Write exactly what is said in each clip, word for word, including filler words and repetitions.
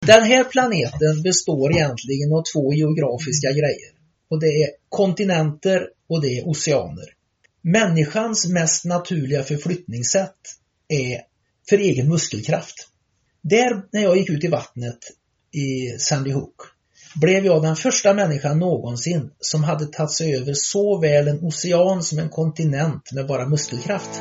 Den här planeten består egentligen av två geografiska grejer. Och det är kontinenter och det är oceaner. Människans mest naturliga förflyttningssätt är för egen muskelkraft. Där, när jag gick ut i vattnet i Sandy Hook, blev jag den första människan någonsin som hade tagit sig över såväl en ocean som en kontinent med bara muskelkraft.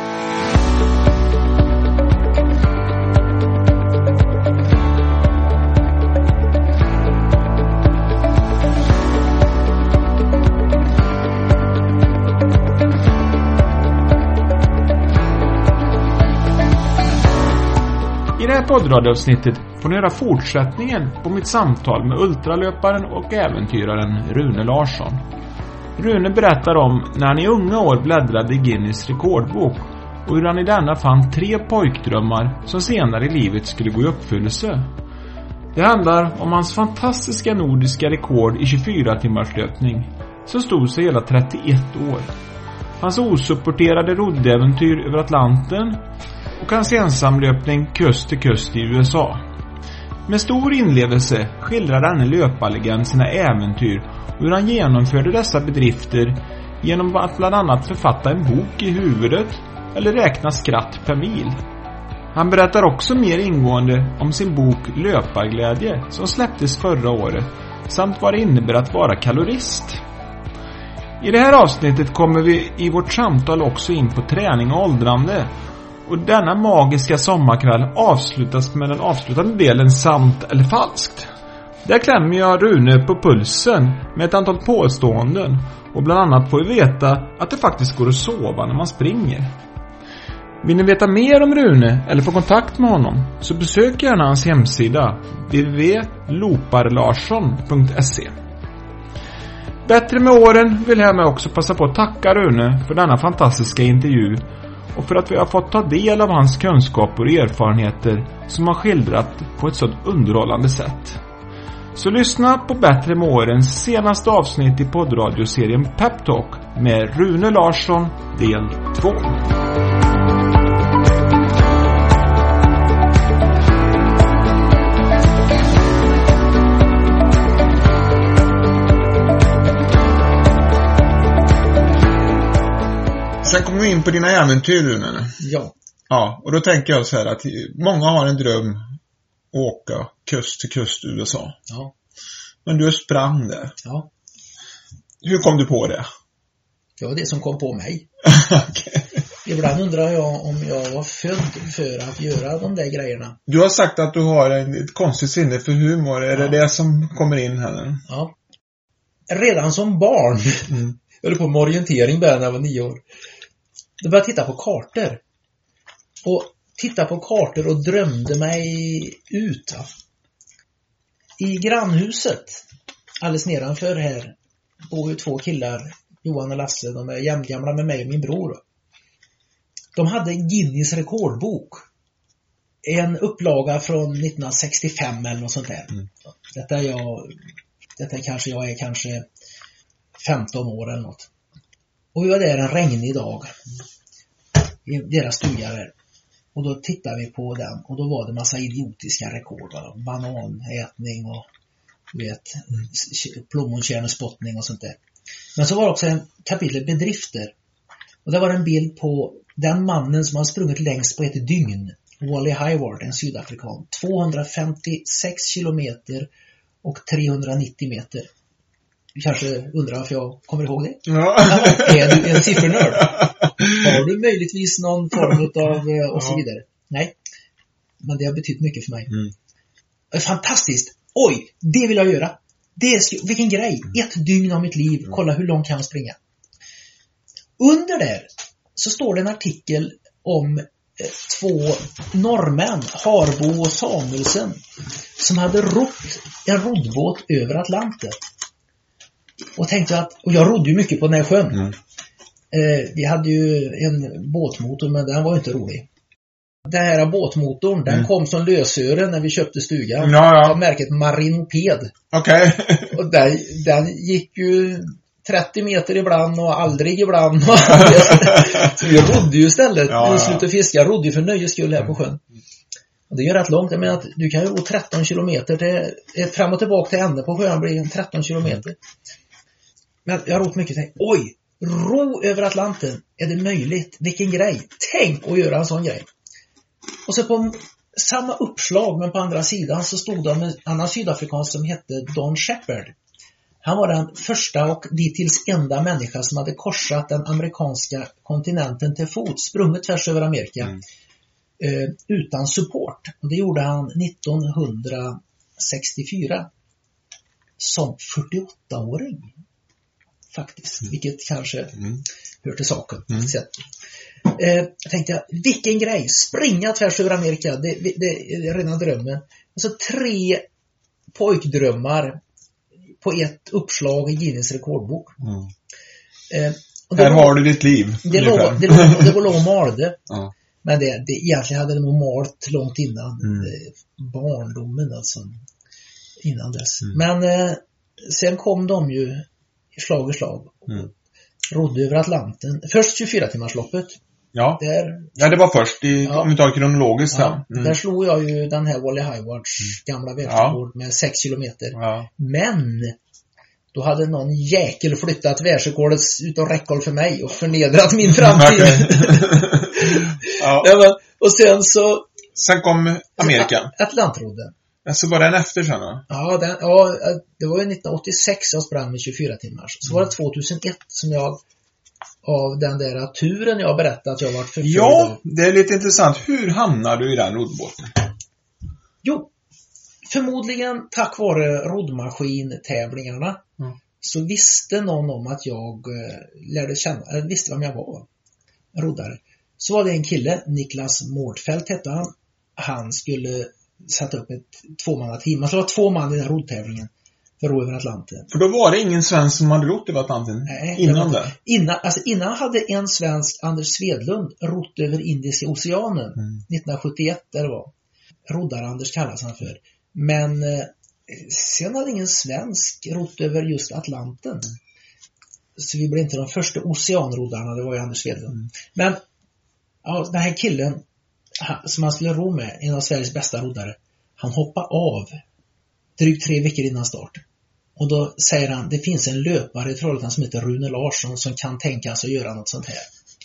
I det här poddradioavsnittet får ni höra fortsättningen på mitt samtal med ultralöparen och äventyraren Rune Larsson. Rune berättar om när han i unga år bläddrade i Guinness rekordbok och hur han i denna fann tre pojkdrömmar som senare i livet skulle gå i uppfyllelse. Det handlar om hans fantastiska nordiska rekord i tjugofyra timmars löpning som stod sig hela trettioett år. Hans osupporterade roddäventyr över Atlanten och hans ensamlöpning kust till kust i U S A. Med stor inlevelse skildrar denne löparlegend sina äventyr och hur han genomförde dessa bedrifter genom att bland annat författa en bok i huvudet eller räkna skratt per mil. Han berättar också mer ingående om sin bok Löparglädje som släpptes förra året samt vad det innebär att vara kalorist. I det här avsnittet kommer vi i vårt samtal också in på träning och åldrande. Och denna magiska sommarkväll avslutas med den avslutande delen sant eller falskt. Där klämmer jag Rune på pulsen med ett antal påståenden och bland annat får vi veta att det faktiskt går att sova när man springer. Vill ni veta mer om Rune eller få kontakt med honom så besök gärna hans hemsida w w w punkt loparlarsson punkt se. Bättre med åren vill jag med också passa på att tacka Rune för denna fantastiska intervju och för att vi har fått ta del av hans kunskaper och erfarenheter som har skildrat på ett så underhållande sätt. Så lyssna på Bättre med årens senaste avsnitt i poddradioserien Pep Talk med Rune Larsson del två. Sen kommer vi in på dina äventyr, Rune. Ja. Ja, och då tänker jag så här att många har en dröm att åka kust till kust i U S A. Ja. Men du sprang där. Ja. Hur kom du på det? Det var det som kom på mig. Okay. Ibland undrar jag om jag var född för att göra de där grejerna. Du har sagt att du har en, ett konstigt sinne för humor. Är ja. det det som kommer in här? Ja. Redan som barn. Mm. Jag höll på med orientering bara när jag var nio år. Då började jag titta på kartor. Och titta på kartor och drömde mig ut. Va? I grannhuset, alldeles nedanför här, bor ju två killar, Johan och Lasse. De är jämngamla med mig och min bror. De hade en Guinness rekordbok. En upplaga från nittonhundrasextiofem eller något sånt där. Mm. Detta är jag, detta är kanske, jag är kanske femton år eller något. Och vi var där en regnig dag i deras stuga där. Och då tittade vi på den och då var det massa idiotiska rekord. Va? Bananätning och du vet, plommonkärnespottning och sånt där. Men så var det också en kapitel bedrifter. Och det var en bild på den mannen som har sprungit längst på ett dygn. Wally Hayward, en sydafrikan. tvåhundrafemtiosex kilometer och trehundranittio meter. Du kanske undrar varför jag kommer ihåg det? Ja. Är du en siffernörd? Har du möjligtvis någon form av och så vidare? Ja. Nej. Men det har betytt mycket för mig. Mm. Fantastiskt. Oj, det vill jag göra. Det är, vilken grej. Ett dygn av mitt liv. Kolla hur långt kan jag springa. Under där så står det en artikel om eh, två norrmän, Harbo och Samuelsen, som hade rott en roddbåt över Atlanten. Och tänkte att, och jag rodde ju mycket på den här sjön. Mm. Eh, vi hade ju en båtmotor, men den var ju inte rolig. Den här båtmotorn, den mm. kom som lösöre när vi köpte stugan. Ja, ja. Av märket Marinoped. Okej. Okay. Och den, den gick ju trettio meter ibland och aldrig ibland. Så vi rodde ju istället. Ja, ja. Vi slutade fiska, rodde ju för nöjes skull här på sjön. Och det är rätt långt. Jag menar att du kan ju gå tretton kilometer till, fram och tillbaka till änden på sjön blir det tretton kilometer. Men jag har rott mycket och tänkt, oj, ro över Atlanten, är det möjligt? Vilken grej. Tänk att göra en sån grej. Och så på samma uppslag men på andra sidan så stod det om en annan sydafrikansk som hette Don Shepard. Han var den första och dittills enda människa som hade korsat den amerikanska kontinenten till fot, sprungit tvärs över Amerika mm. eh, utan support. Och det gjorde han nittonhundrasextiofyra som fyrtioåttaåring faktiskt, mm. vilket kanske mm. hör till saken. Mm. Så, eh, jag tänkte, vilken grej, springa tvärs över Amerika, det, det, det är redan drömmen. Alltså tre pojkdrömmar på ett uppslag i Guinness rekordbok. Mm. Eh, och Här var, har du ditt liv. Det låg, det låg, det låg och malde. Ja. Men det, det, egentligen hade det nog malt långt innan. Mm. Eh, barndomen alltså. Innan dess. Mm. Men eh, sen kom de ju slag i slag. Mm. Rodde över Atlanten. Först tjugofyra timmarsloppet. Ja. Där, ja, det var först i, ja. Om vi tar kronologiskt här. Ja, mm. Där slog jag ju den här Wally Haywards mm. gamla världsrekord ja. med sex kilometer. Ja. Men då hade någon jäkel flyttat världsrekordet utom räckhåll för mig och förnedrat min framtid. ja. Och sen så... Sen kom Amerika. Atlantrodden. Alltså var den efter sen då? Ja, den, ja, det var ju nittonhundraåttiosex jag sprang med tjugofyra timmars. Så var det tvåtusenett som jag av den där turen jag berättat att jag varit förföljd. Ja, det är lite intressant. Hur hamnar du i den roddbåten? Jo, förmodligen tack vare roddmaskin-tävlingarna mm. så visste någon om att jag eh, lärde känna, eller visste vem jag var. Roddare. Så var det en kille, Niklas Mårdfält hette han. Han skulle sätta upp ett tvåmannateam. Alltså det var två man i den roddtävlingen. För ro över Atlanten. För då var det ingen svensk som hade rott över Atlanten. Nej, innan det. Innan, alltså innan hade en svensk, Anders Svedlund, rott över Indiska oceanen mm. nittonhundrasjuttioett där det var. Roddar Anders kallas han för. Men eh, sen hade ingen svensk rott över just Atlanten. Mm. Så vi blev inte de första oceanroddarna, det var ju Anders Svedlund. Mm. Men ja, den här killen han, som han skulle ro med, en av Sveriges bästa roddare, han hoppade av drygt tre veckor innan start. Och då säger han, det finns en löpare i Trollhättan som heter Rune Larsson som kan tänka sig att göra något sånt här.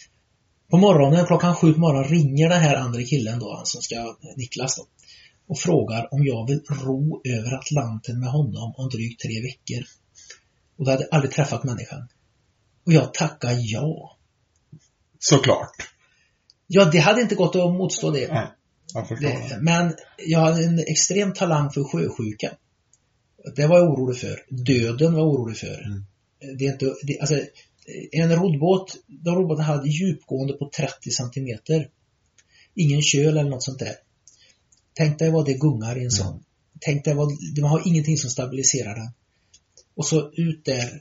På morgonen, klockan sju på morgonen, ringer den här andra killen då, han som ska, Niklas då, och frågar om jag vill ro över Atlanten med honom om drygt tre veckor. Och då hade jag aldrig träffat människan. Och jag tackar ja. Såklart. Ja, det hade inte gått att motstå det. Nej, jag förstår det. Men jag hade en extrem talang för sjösjuka. Det var jag orolig för. Döden var jag orolig för. Mm. Det är inte, det, alltså, en roddbåt, de roddbåten hade djupgående på trettio centimeter. Ingen köl eller något sånt där. Tänk dig vad det gungar i en sån. Mm. Tänk dig vad, man har ingenting som stabiliserar den. Och så ut där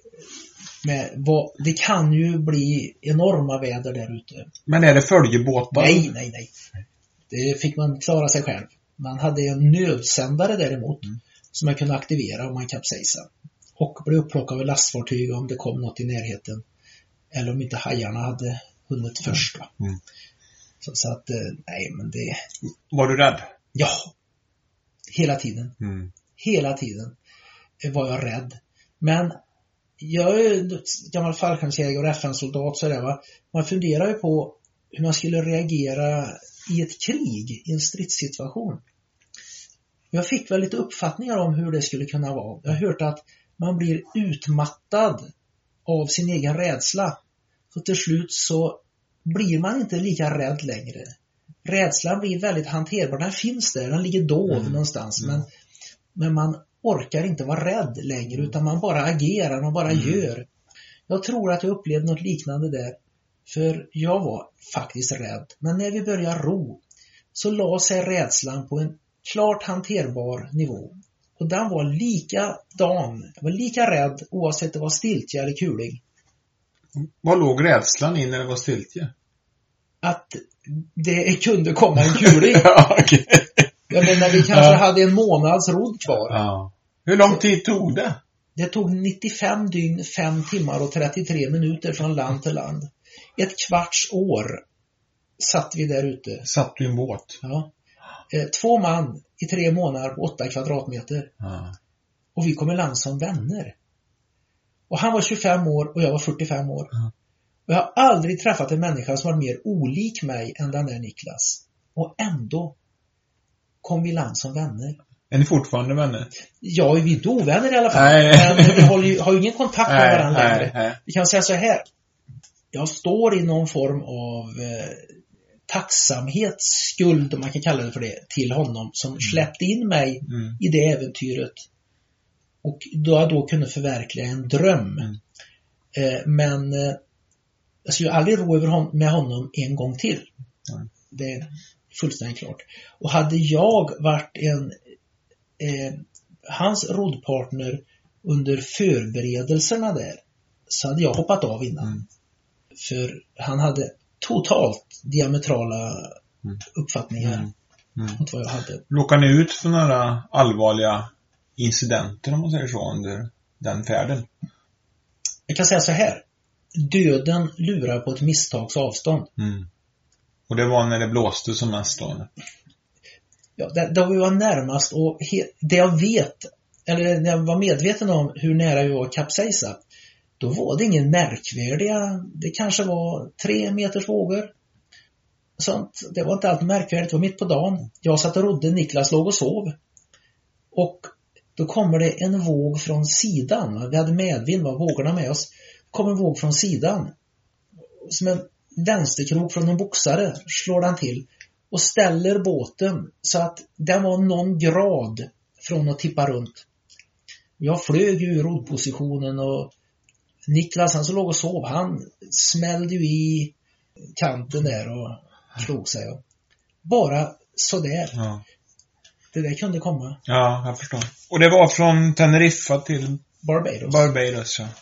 med vad, det kan ju bli enorma väder där ute. Men är det följebåtar? Nej, nej, nej. Det fick man klara sig själv. Man hade en nödsändare däremot mm. som man kunde aktivera om man kapsejsade. Och blev upplockad av lastfartyg om det kom något i närheten. Eller om inte hajarna hade hunnit först. Mm. Så, så att, nej men det... Var du rädd? Ja. Hela tiden. Mm. Hela tiden var jag rädd. Men jag är gammal fallskärmsjägare och F N-soldat så där, va? Man funderar ju på hur man skulle reagera i ett krig, i en stridssituation. Jag fick väl lite uppfattningar om hur det skulle kunna vara. Jag har hört att man blir utmattad av sin egen rädsla. Så till slut så blir man inte lika rädd längre. Rädslan blir väldigt hanterbar. Den finns där, den ligger dov mm. någonstans. Mm. Men, men man orkar inte vara rädd längre utan man bara agerar, man bara mm. gör. Jag tror att jag upplevde något liknande där. För jag var faktiskt rädd. Men när vi började ro så la sig rädslan på en klart hanterbar nivå. Och den var likadan. Jag var lika rädd oavsett om det var stiltje eller kuling. Vad låg rädslan in när det var stiltje? Att det kunde komma en kuling. Ja, okay. Jag menar, vi kanske ja. hade en månads rodd kvar. Ja. Hur lång tid tog det? Det tog nittiofem dygn, fem timmar och trettiotre minuter från land till land. Ett kvarts år satt vi där ute. Satt du i en båt? Ja. Eh, två man i tre månader på åtta kvadratmeter. Ja. Och vi kom i land som vänner. Och han var tjugofem år och jag var fyrtiofem år. Ja. Och jag har aldrig träffat en människa som var mer olik mig än den där Niklas. Och ändå kom vi i land som vänner. Är ni fortfarande vänner? Ja, vi är inte ovänner i alla fall. Nej. Men vi har ju, har ju ingen kontakt med Nej, varandra nej, längre. nej. Vi kan säga så här. Jag står i någon form av eh, tacksamhetsskuld, om man kan kalla det för det, till honom som mm. släppte in mig mm. i det äventyret. Och då jag då kunde förverkliga en dröm. Mm. Eh, men eh, jag skulle aldrig ro över hon- med honom en gång till. Mm. Det är fullständigt klart. Och hade jag varit en eh, hans roddpartner under förberedelserna där, så hade jag hoppat av innan. Mm. För han hade totalt diametrala mm. uppfattningar mm. Mm. mot vad jag hade. Lockar ni ut för några allvarliga incidenter, om man säger så, under den färden? Jag kan säga så här. Döden lurar på ett misstags avstånd. Mm. Och det var när det blåste som mest då? Ja, det, det var närmast, och he, det jag vet, eller när jag var medveten om hur nära vi var att kapsejsa, då var det ingen märkvärdiga. Det kanske var tre meters vågor. Sånt. Det var inte allt märkvärdigt. Det var mitt på dagen. Jag satt och rodde, Niklas låg och sov. Och då kommer det en våg från sidan. Vi hade medvind, var vågorna med oss. Kom en våg från sidan. Som en vänsterkrok från en boxare slår den till. Och ställer båten så att den var någon grad från att tippa runt. Jag flög ur rodpositionen och Niklas, han som låg och sov, han smällde ju i kanten där och slog sig. Bara sådär. Ja. Det där kunde komma. Ja, jag förstår. Och det var från Teneriffa till Barbados. Barbados, ja.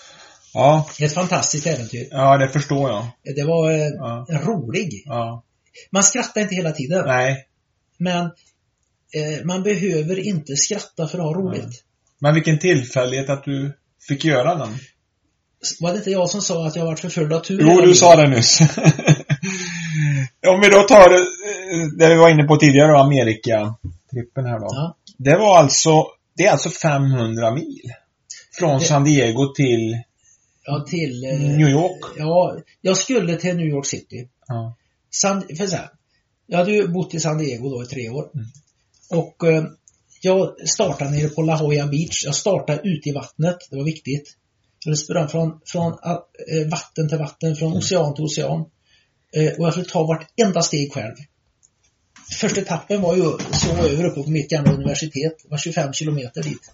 Ja. Ett fantastiskt äventyr. Ja, det förstår jag. Det var eh, ja. rolig. Ja. Man skrattar inte hela tiden. Nej. Men eh, man behöver inte skratta för att ha roligt. Nej. Men vilken tillfällighet att du fick göra den. Var det inte jag som sa att jag varit förföljd av tur? Jo, du sa det nyss. Om vi då tar det vi var inne på tidigare, Amerika-trippen här då. Ja. Det var alltså, det är alltså femhundra mil. Från det, San Diego till, ja, till New York. Ja, jag skulle till New York City. Ja. San, för så här, jag hade ju bott i San Diego då i tre år. Mm. Och eh, jag startade nere på La Jolla Beach. Jag startade ute i vattnet, det var viktigt. Jag sprang från, från äh, vatten till vatten, från ocean till ocean. Äh, och jag skulle ta vart enda steg själv. Första etappen var ju så över uppe på mitt gamla universitet. Det var tjugofem kilometer dit.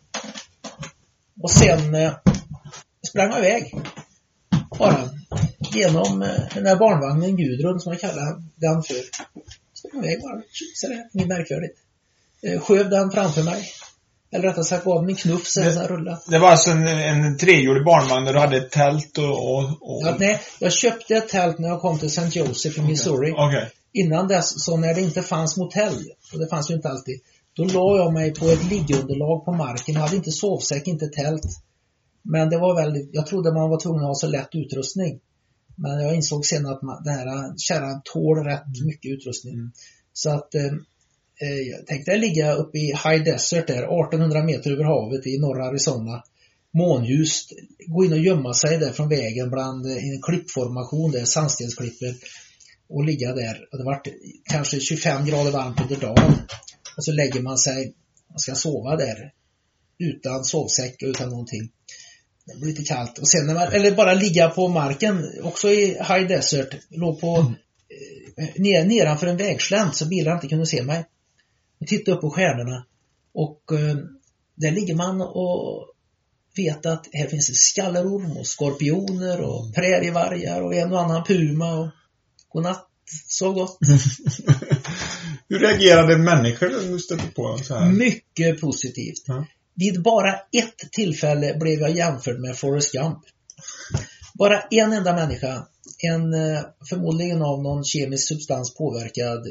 Och sen äh, sprang jag iväg. Bara genom äh, den här barnvagnen Gudrun som jag kallar den för. Sprang iväg bara. Så det är inget märkvärdigt. Äh, sköv den framför mig. Eller rättare sagt gav min knuff så det, rulla. Det var alltså en, en trehjulig barnvagn där du hade ett tält och... och, och... Ja, nej, jag köpte ett tält när jag kom till Saint Joseph i Missouri. Okay. Okay. Innan dess, så när det inte fanns motell, och det fanns ju inte alltid, då la jag mig på ett liggunderlag på marken. Jag hade inte sovsäck, inte tält. Men det var väldigt, jag trodde man var tvungen att ha så lätt utrustning. Men jag insåg sen att man, den här kärran tål rätt mm. mycket utrustning. Mm. Så att... Eh, jag tänkte ligga uppe i High Desert där, artonhundra meter över havet i norra Arizona. Månljust, gå in och gömma sig där från vägen bland en klippformation där, sandstensklipper, och ligga där. Och det var kanske tjugofem grader varmt under dagen. Och så lägger man sig, man ska sova där utan sovsäck och utan någonting. Det blir lite kallt. Och sen när man, eller bara ligga på marken, också i High Desert, låg på mm. ner, nedanför en vägslänt så bilarna inte kunde se mig. Och titta upp på stjärnorna. Och eh, där ligger man och vet att här finns det skallerorm och skorpioner och mm. prärievargar och en och annan puma och godnatt, så gott. Hur reagerade människor när du stötte på så här? Mycket positivt. Mm. Vid bara ett tillfälle blev jag jämförd med Forrest Gump. Bara en enda människa, en förmodligen av någon kemisk substans påverkad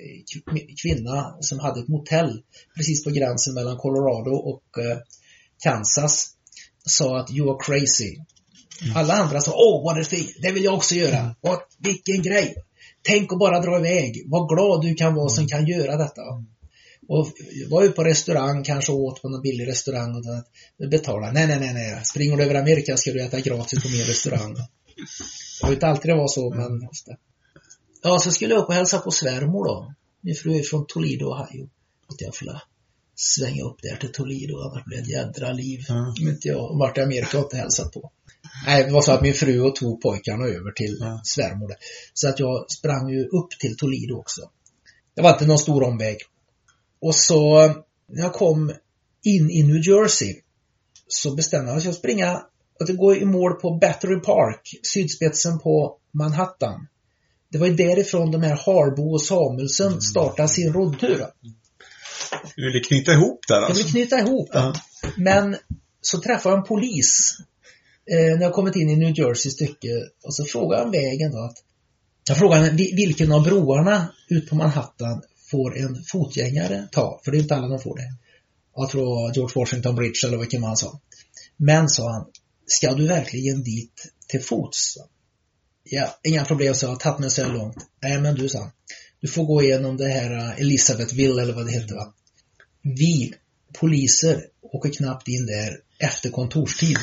kvinna som hade ett motell precis på gränsen mellan Colorado och Kansas, sa att you are crazy. Mm. Alla andra sa, oh what a thing, det vill jag också göra. Och vilken grej. tänk att bara dra iväg. Vad glad du kan vara som kan göra detta. Och var ju på restaurang, kanske åt på någon billig restaurang och betala. Nej, nej, nej, nej. Springer du över Amerika ska du äta gratis på min restaurang. Jag vet alltid det var så, men ofta. Ja, så skulle jag upp och hälsa på svärmor då. Min fru är från Toledo, Ohio. Att jag får svänga upp där till Toledo, annars blir det ett jädra liv. Mm. Men inte jag varit i Amerika och inte hälsat på. Nej, det var så att min fru och två pojkarna över till mm. svärmor. Så att jag sprang ju upp till Toledo också. Det var inte någon stor omväg. Och så när jag kom in i New Jersey så bestämde jag att jag springa att gå i mål på Battery Park, sydspetsen på Manhattan. Det var ju därifrån de här Harbo och Samuelsen startade sin roddtur. Du ville knyta ihop där alltså? Jag ville knyta ihop den. Uh-huh. Men så träffade jag en polis eh, när jag kommit in i New Jersey stycke och så frågade han vägen då att jag frågade vilken av broarna ut på Manhattan får en fotgängare ta, för det är inte alla de får det. Jag tror George Washington Bridge eller vilken man sa. Men sa han, ska du verkligen dit till fots? Ja, inga problem, så jag har tagit mig så långt. Nej, men du, sa du får gå igenom det här Elizabethville eller vad det heter, va? Vi poliser åker knappt in där efter kontorstid.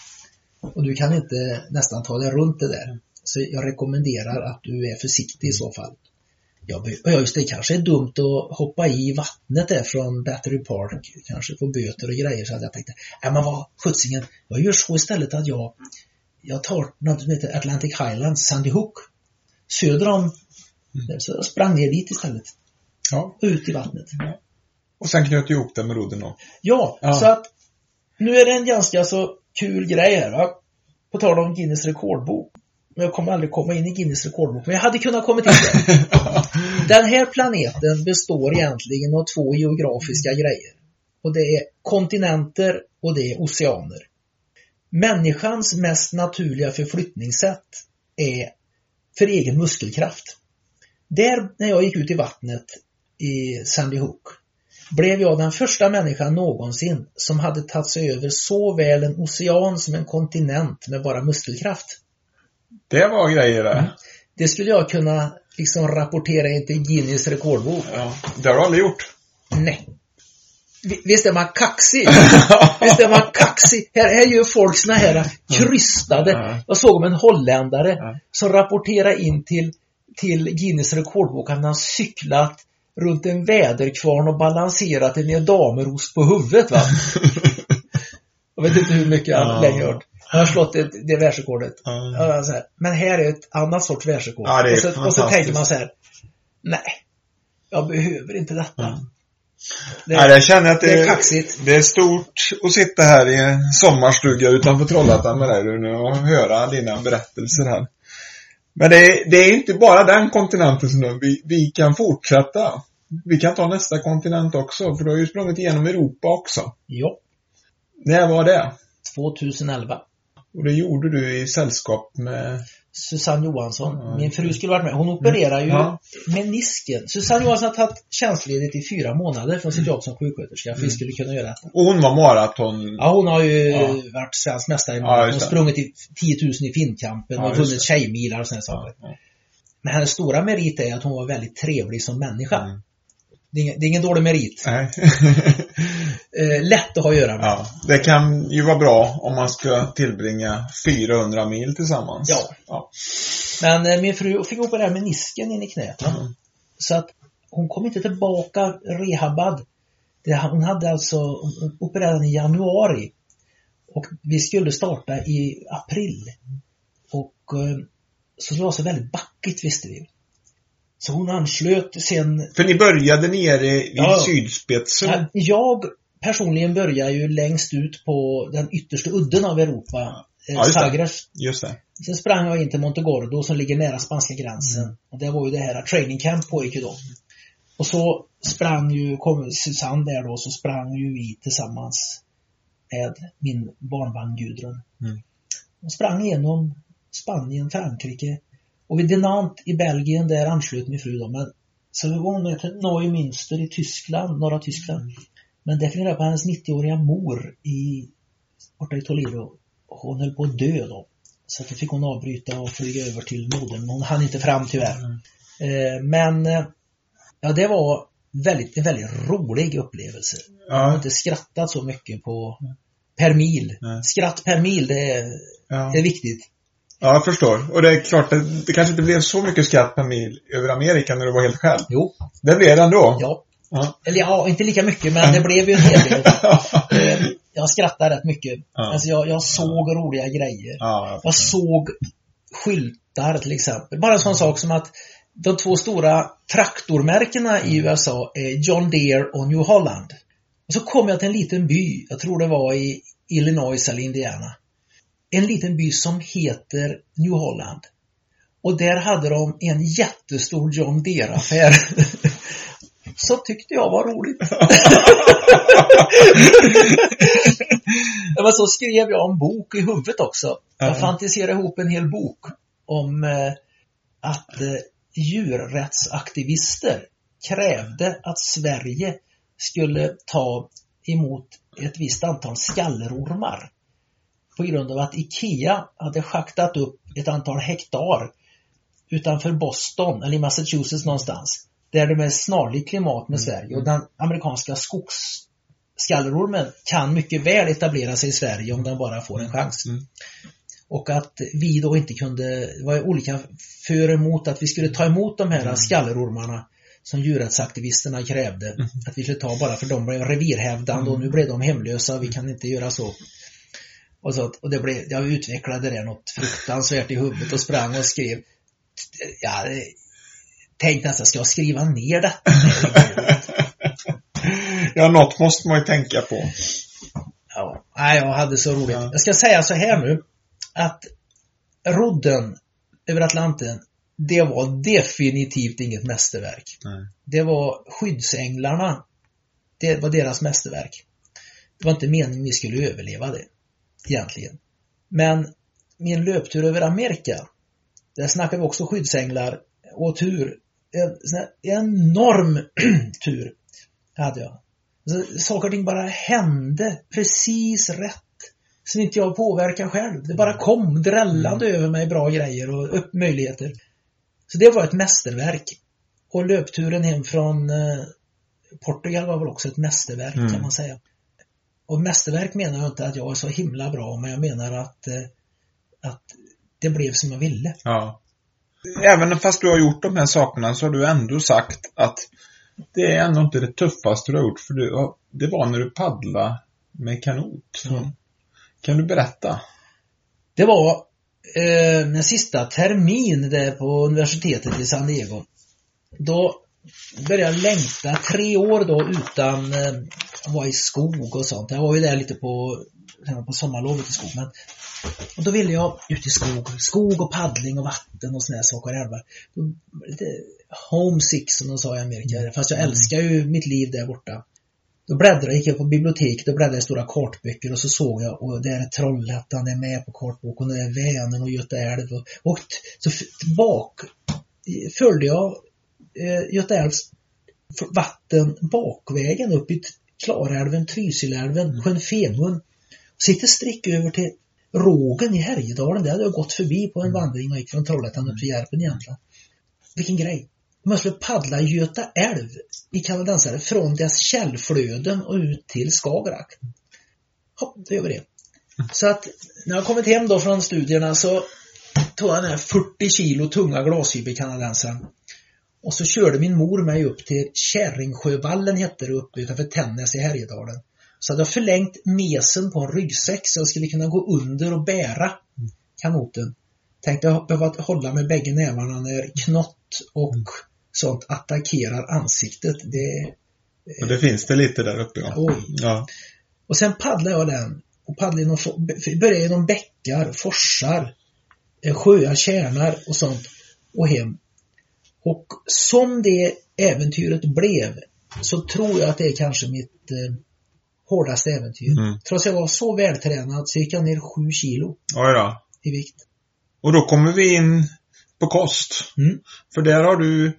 Och du kan inte nästan ta dig runt det där. Så jag rekommenderar att du är försiktig i så fall. Ja, just det kanske är dumt att hoppa i vattnet där från Battery Park. Kanske få böter och grejer. Så att jag tänkte, nej men vad skjutsingen. Jag gör så istället att jag jag tar något som heter Atlantic Highlands, Sandy Hook. Söder om. Mm. Så jag sprang ner dit istället. Ja. Ut i vattnet. Ja. Och sen knöt du ihop det med rodden då? Ja, ja, så att nu är det en ganska så kul grej här, va? På tal om Guinness rekordbok. Jag kommer aldrig komma in i Guinness rekordbok, men jag hade kunnat komma in där. Den här planeten består egentligen av två geografiska grejer. Och det är kontinenter och det är oceaner. Människans mest naturliga förflyttningssätt är för egen muskelkraft. Där, när jag gick ut i vattnet i Sandy Hook, blev jag den första människan någonsin som hade tagit sig över såväl en ocean som en kontinent med bara muskelkraft. Det var grejer där. Mm. Det skulle jag kunna liksom rapportera in till Guinness rekordbok. Ja, det har du aldrig gjort. Nej. Visst är man kaxig? Visst är man kaxig? Här, här gör folk såna här krystade. Mm. Jag såg om en holländare mm. som rapporterade in till, till Guinness rekordbok att han cyklat runt en väderkvarn och balanserat en damerost på huvudet, va? Jag vet inte hur mycket han mm. längre hört. Han har slått det, det världsrekordet. Mm. Men här är ett annat sorts världsrekord. Ja, och, så, och så tänker man så här, nej, jag behöver inte detta. Mm. Det, nej, jag känner att det, det är kaxigt. Det är stort att sitta här i en sommarstuga utanför Trollhättan med dig nu och höra dina berättelser här. Men det är, det är inte bara den kontinenten som nu, vi, vi kan fortsätta. Vi kan ta nästa kontinent också, för du har ju sprungit igenom Europa också. Ja. När var det? tjugoelva. Och det gjorde du i sällskap med Susanne Johansson. Mm. Min fru skulle varit med. Hon opererar ju mm. menisken. Susanne Johansson har tagit tjänstledigt i fyra månader från sitt jobb som sjuksköterska. Mm. För vi skulle kunna göra detta. Och hon var maraton. Ja, hon har ju ja. varit svensk mästare i maraton. Ja, hon har sprungit i tio tusen i Finnkampen ja, och vunnit tjejmilar och sådana saker. Ja, ja. Men hennes stora merit är att hon var väldigt trevlig som människa. Mm. Det är, ingen, det är ingen dålig merit. Nej. eh, lätt att ha att göra med. Ja, det kan ju vara bra om man ska tillbringa fyrahundra mil tillsammans. Ja. ja. Men eh, min fru fick operera menisken in i knät. Mm. Så att hon kom inte tillbaka rehabad. Det, hon hade alltså opererat i januari. Och vi skulle starta i april. Och eh, så det var så väldigt backigt, visste vi. Så hon anslöt sen... För ni började nere vid ja, sydspetsen? Jag personligen började ju längst ut på den yttersta udden av Europa. Ja, just, Sagres. det. just det. Sen sprang jag in till Montegordo som ligger nära spanska gränsen. Mm. Och det var ju det här training camp pågick ju då. Och så sprang ju, kom Susanne där då, så sprang ju vi tillsammans med min barnvagn Gudrun. Mm. Och sprang igenom Spanien, Frankrike. Och vid Dinant i Belgien, där anslöt min fru då. Men så var hon till Neumünster i Tyskland, norra Tyskland. Mm. Men där fick jag på hennes nittioåriga mor i, borta i Toledo. Hon höll på att dö då. Så att då fick hon avbryta och flyga över till modern. Hon hann inte fram tyvärr. Mm. Eh, men ja, det var väldigt, en väldigt rolig upplevelse. Ja. Jag har inte skrattat så mycket på per mil. Nej. Skratt per mil, det är, Ja. det är viktigt. Ja, jag förstår. Och det är klart, det, det kanske inte blev så mycket skratt per mil över Amerika när du var helt själv. Jo. Det blev det ändå. Ja. Ja. Eller ja, inte lika mycket, men det blev ju en hel del. Eh, jag skrattade rätt mycket. Ja. Alltså jag, jag såg roliga grejer. Ja, jag Jag såg skyltar till exempel. Bara en sån sak som att de två stora traktormärkena i U S A är John Deere och New Holland. Och så kom jag till en liten by, jag tror det var i Illinois eller Indiana. En liten by som heter New Holland. Och där hade de en jättestor John Deere-affär. Så tyckte jag var roligt. Men så skrev jag en bok i huvudet också. Jag fantiserade ihop en hel bok om eh, att eh, djurrättsaktivister krävde att Sverige skulle ta emot ett visst antal skallerormar. På grund av att IKEA hade schaktat upp ett antal hektar utanför Boston eller i Massachusetts någonstans. Där det är snarligt klimat med Sverige. Och den amerikanska skogsskallerormen kan mycket väl etablera sig i Sverige om den bara får en chans. Mm. Och att vi då inte kunde, det var olika för emot att vi skulle ta emot de här skallerormarna som djurrättsaktivisterna krävde. Mm. Att vi skulle ta bara för de blev revirhävdande mm. och nu blev de hemlösa, vi kan inte göra så. Och, så, och det blev, jag utvecklade det något fruktansvärt i huvudet och sprang och skrev. Ja, tänkte nästan, ska jag skriva ner det? Ja, något måste man ju tänka på. Ja, nej, jag hade så roligt. Ja. Jag ska säga så här nu, att rodden över Atlanten, det var definitivt inget mästerverk. Nej. Det var skyddsänglarna, det var deras mästerverk. Det var inte meningen vi skulle överleva det, egentligen. Men min löptur över Amerika, där snackar vi också skyddsänglar och tur. En, en enorm tur hade jag. Så, saker och ting bara hände precis rätt. Som inte jag påverkar själv. Det bara kom drällande mm. över mig bra grejer och upp möjligheter. Så det var ett mästerverk. Och löpturen hem från eh, Portugal var väl också ett mästerverk mm. kan man säga. Och mästerverk menar jag inte att jag är så himla bra, men jag menar att, eh, att det blev som jag ville. Ja. Även fast du har gjort de här sakerna så har du ändå sagt att det är ändå inte det tuffaste du har gjort, för du, det var när du paddlade med kanot. Mm. Kan du berätta? Det var eh, den sista termin där på universitetet i San Diego. Då började jag längta tre år då utan eh, att vara i skog och sånt. Jag var ju där lite på, på sommarlovet i skog. Men, och då ville jag ut i skog. Skog och paddling och vatten och såna här saker. Älvar. Lite homesick som de sa i Amerika. Fast jag älskar ju mitt liv där borta. Då bläddrade, gick jag på biblioteket och bläddrade i stora kartböcker och så såg jag, och där är Trollhättan, det är med på kartboken, och det är Vänern och Göta älv. Och, och så bak följde jag eh, Göta älvs vatten bakvägen upp i Klarälven, Trysilälven, sjön Femund. Sitter strick över till Rågen i Härjedalen. Där hade jag gått förbi på en vandring och gick från Trollhättan upp till Järpen egentligen. Vilken grej. Man skulle paddla Göta älv i kanadensare från dess källflöden och ut till Skagerrak. Ja, det gör vi det. Så att när jag kommit hem då från studierna så tog jag den här fyrtio kilo tunga glasfiber kanadensaren. Och så körde min mor mig upp till Kärringsjövallen, hette det, uppe utanför Tännäs i Härjedalen. Så hade jag förlängt mesen på en ryggsäck så jag skulle kunna gå under och bära kanoten. Tänkte jag behöva hålla med bägge nävarna när knott och sånt attackerar ansiktet. Det, och det finns det lite där uppe. Ja. Oj. Ja. Och sen paddlade jag den. Och paddlade genom, började genom bäckar, forsar, sjöar, kärnar och sånt. Och hem. Och som det äventyret blev så tror jag att det är kanske mitt eh, hårdaste äventyr. Mm. Trots att jag var så vältränad så gick jag ner sju kilo Oj då. i vikt. Och då kommer vi in på kost. Mm. För där har du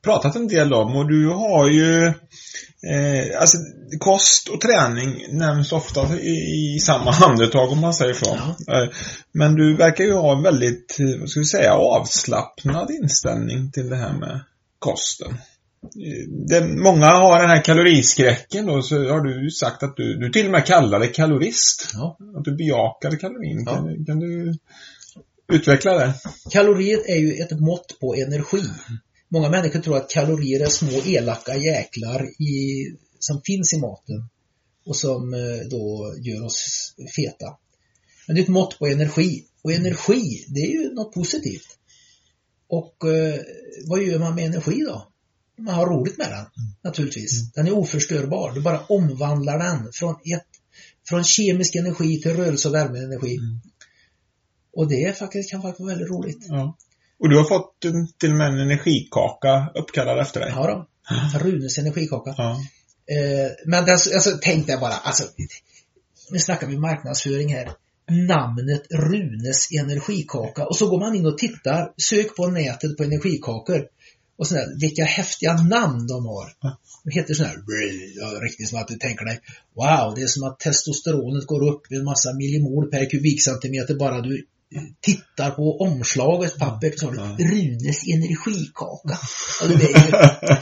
pratat en del om, och du har ju eh, alltså kost och träning nämns ofta i, i samma andetag, om man säger så. Ja. Eh, men du verkar ju ha en väldigt, vad ska vi säga, avslappnad inställning till det här med kosten. Det, många har den här kaloriskräcken då, så har du sagt att du, du till och med kallar det kalorist. Ja. Att du bejakar kalorin. Ja. Kan, kan du utveckla det? Kalorier är ju ett mått på energi. Många människor tror att kalorier är små elaka jäklar i, som finns i maten och som då gör oss feta. Men det är ett mått på energi. Och energi, det är ju något positivt. Och eh, vad gör man med energi då? Man har roligt med den, naturligtvis. Den är oförstörbar. Du bara omvandlar den från, ett, från kemisk energi till rörelse- och värmeenergi. Mm. Och det är faktiskt, kan faktiskt vara väldigt roligt. Ja. Och du har fått en, till och med en energikaka uppkallad efter dig. Ja då. Runes energikaka. Ja. Eh, men den, alltså, tänkte jag bara, alltså, nu snackar vi marknadsföring här. Namnet Runes energikaka. Och så går man in och tittar, sök på nätet på energikakor. Och sådär, vilka häftiga namn de har. De heter sådär, ja, riktigt som att du tänker dig, wow, det är som att testosteronet går upp en massa millimol per kubikcentimeter bara du tittar på omslaget, papper, så har du Runes energikaka. Alltså, det är ju...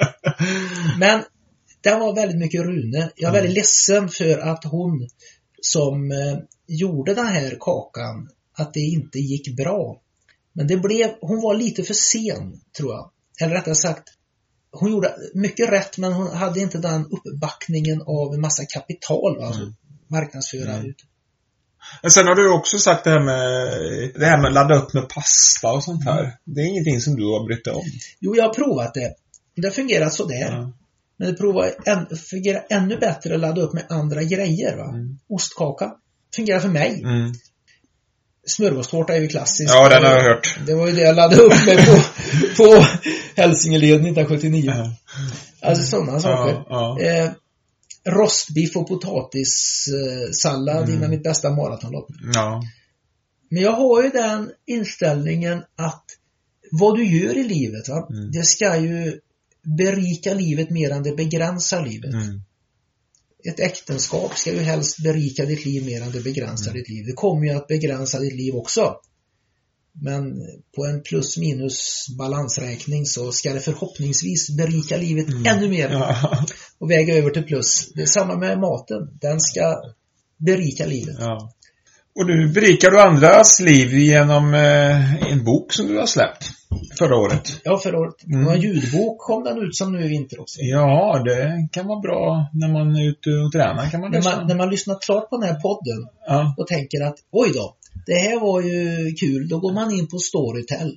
Men det var väldigt mycket Rune. Jag är väldigt ledsen för att hon som eh, gjorde den här kakan, att det inte gick bra. Men det blev, hon var lite för sen, tror jag. Eller rättare sagt, hon gjorde mycket rätt, men hon hade inte den uppbackningen av en massa kapital, va? Alltså, marknadsföra mm. ut. Men sen har du också sagt det här med det här med att ladda upp med pasta och sånt här. Mm. Det är ingenting som du har brytt om. Jo, jag har provat det. Det fungerar så där. Mm. Men det provar än, fungerar ännu bättre att ladda upp med andra grejer, va? Mm. Ostkaka fungerar för mig. Mm. Smörgåstårta är ju klassiskt. Ja, den har jag hört. Det var ju det jag laddade upp med på, på Hälsingeleden nittonhundrasjuttionio. Ja. Alltså sådana saker. Ja, ja. Eh, rostbiff och potatissallad mm. innan mitt bästa maratonlopp. Ja. Men jag har ju den inställningen att vad du gör i livet, va? Mm. Det ska ju berika livet mer än det begränsar livet. Mm. Ett äktenskap ska ju helst berika ditt liv mer än det begränsar mm. ditt liv. Det kommer ju att begränsa ditt liv också. Men på en plus minus balansräkning så ska det förhoppningsvis berika livet mm. ännu mer. Ja. Och väga över till plus. Det är samma med maten. Den ska berika livet. Ja. Och nu berikar du andras liv genom eh, en bok som du har släppt förra året. Ja, förra året. Mm. En ljudbok kom den ut som nu i vinter också. Ja, det kan vara bra när man är ute och tränar. Kan man när, man, när man lyssnar klart på den här podden ja. Och tänker att oj då, det här var ju kul. Då går man in på Storytel.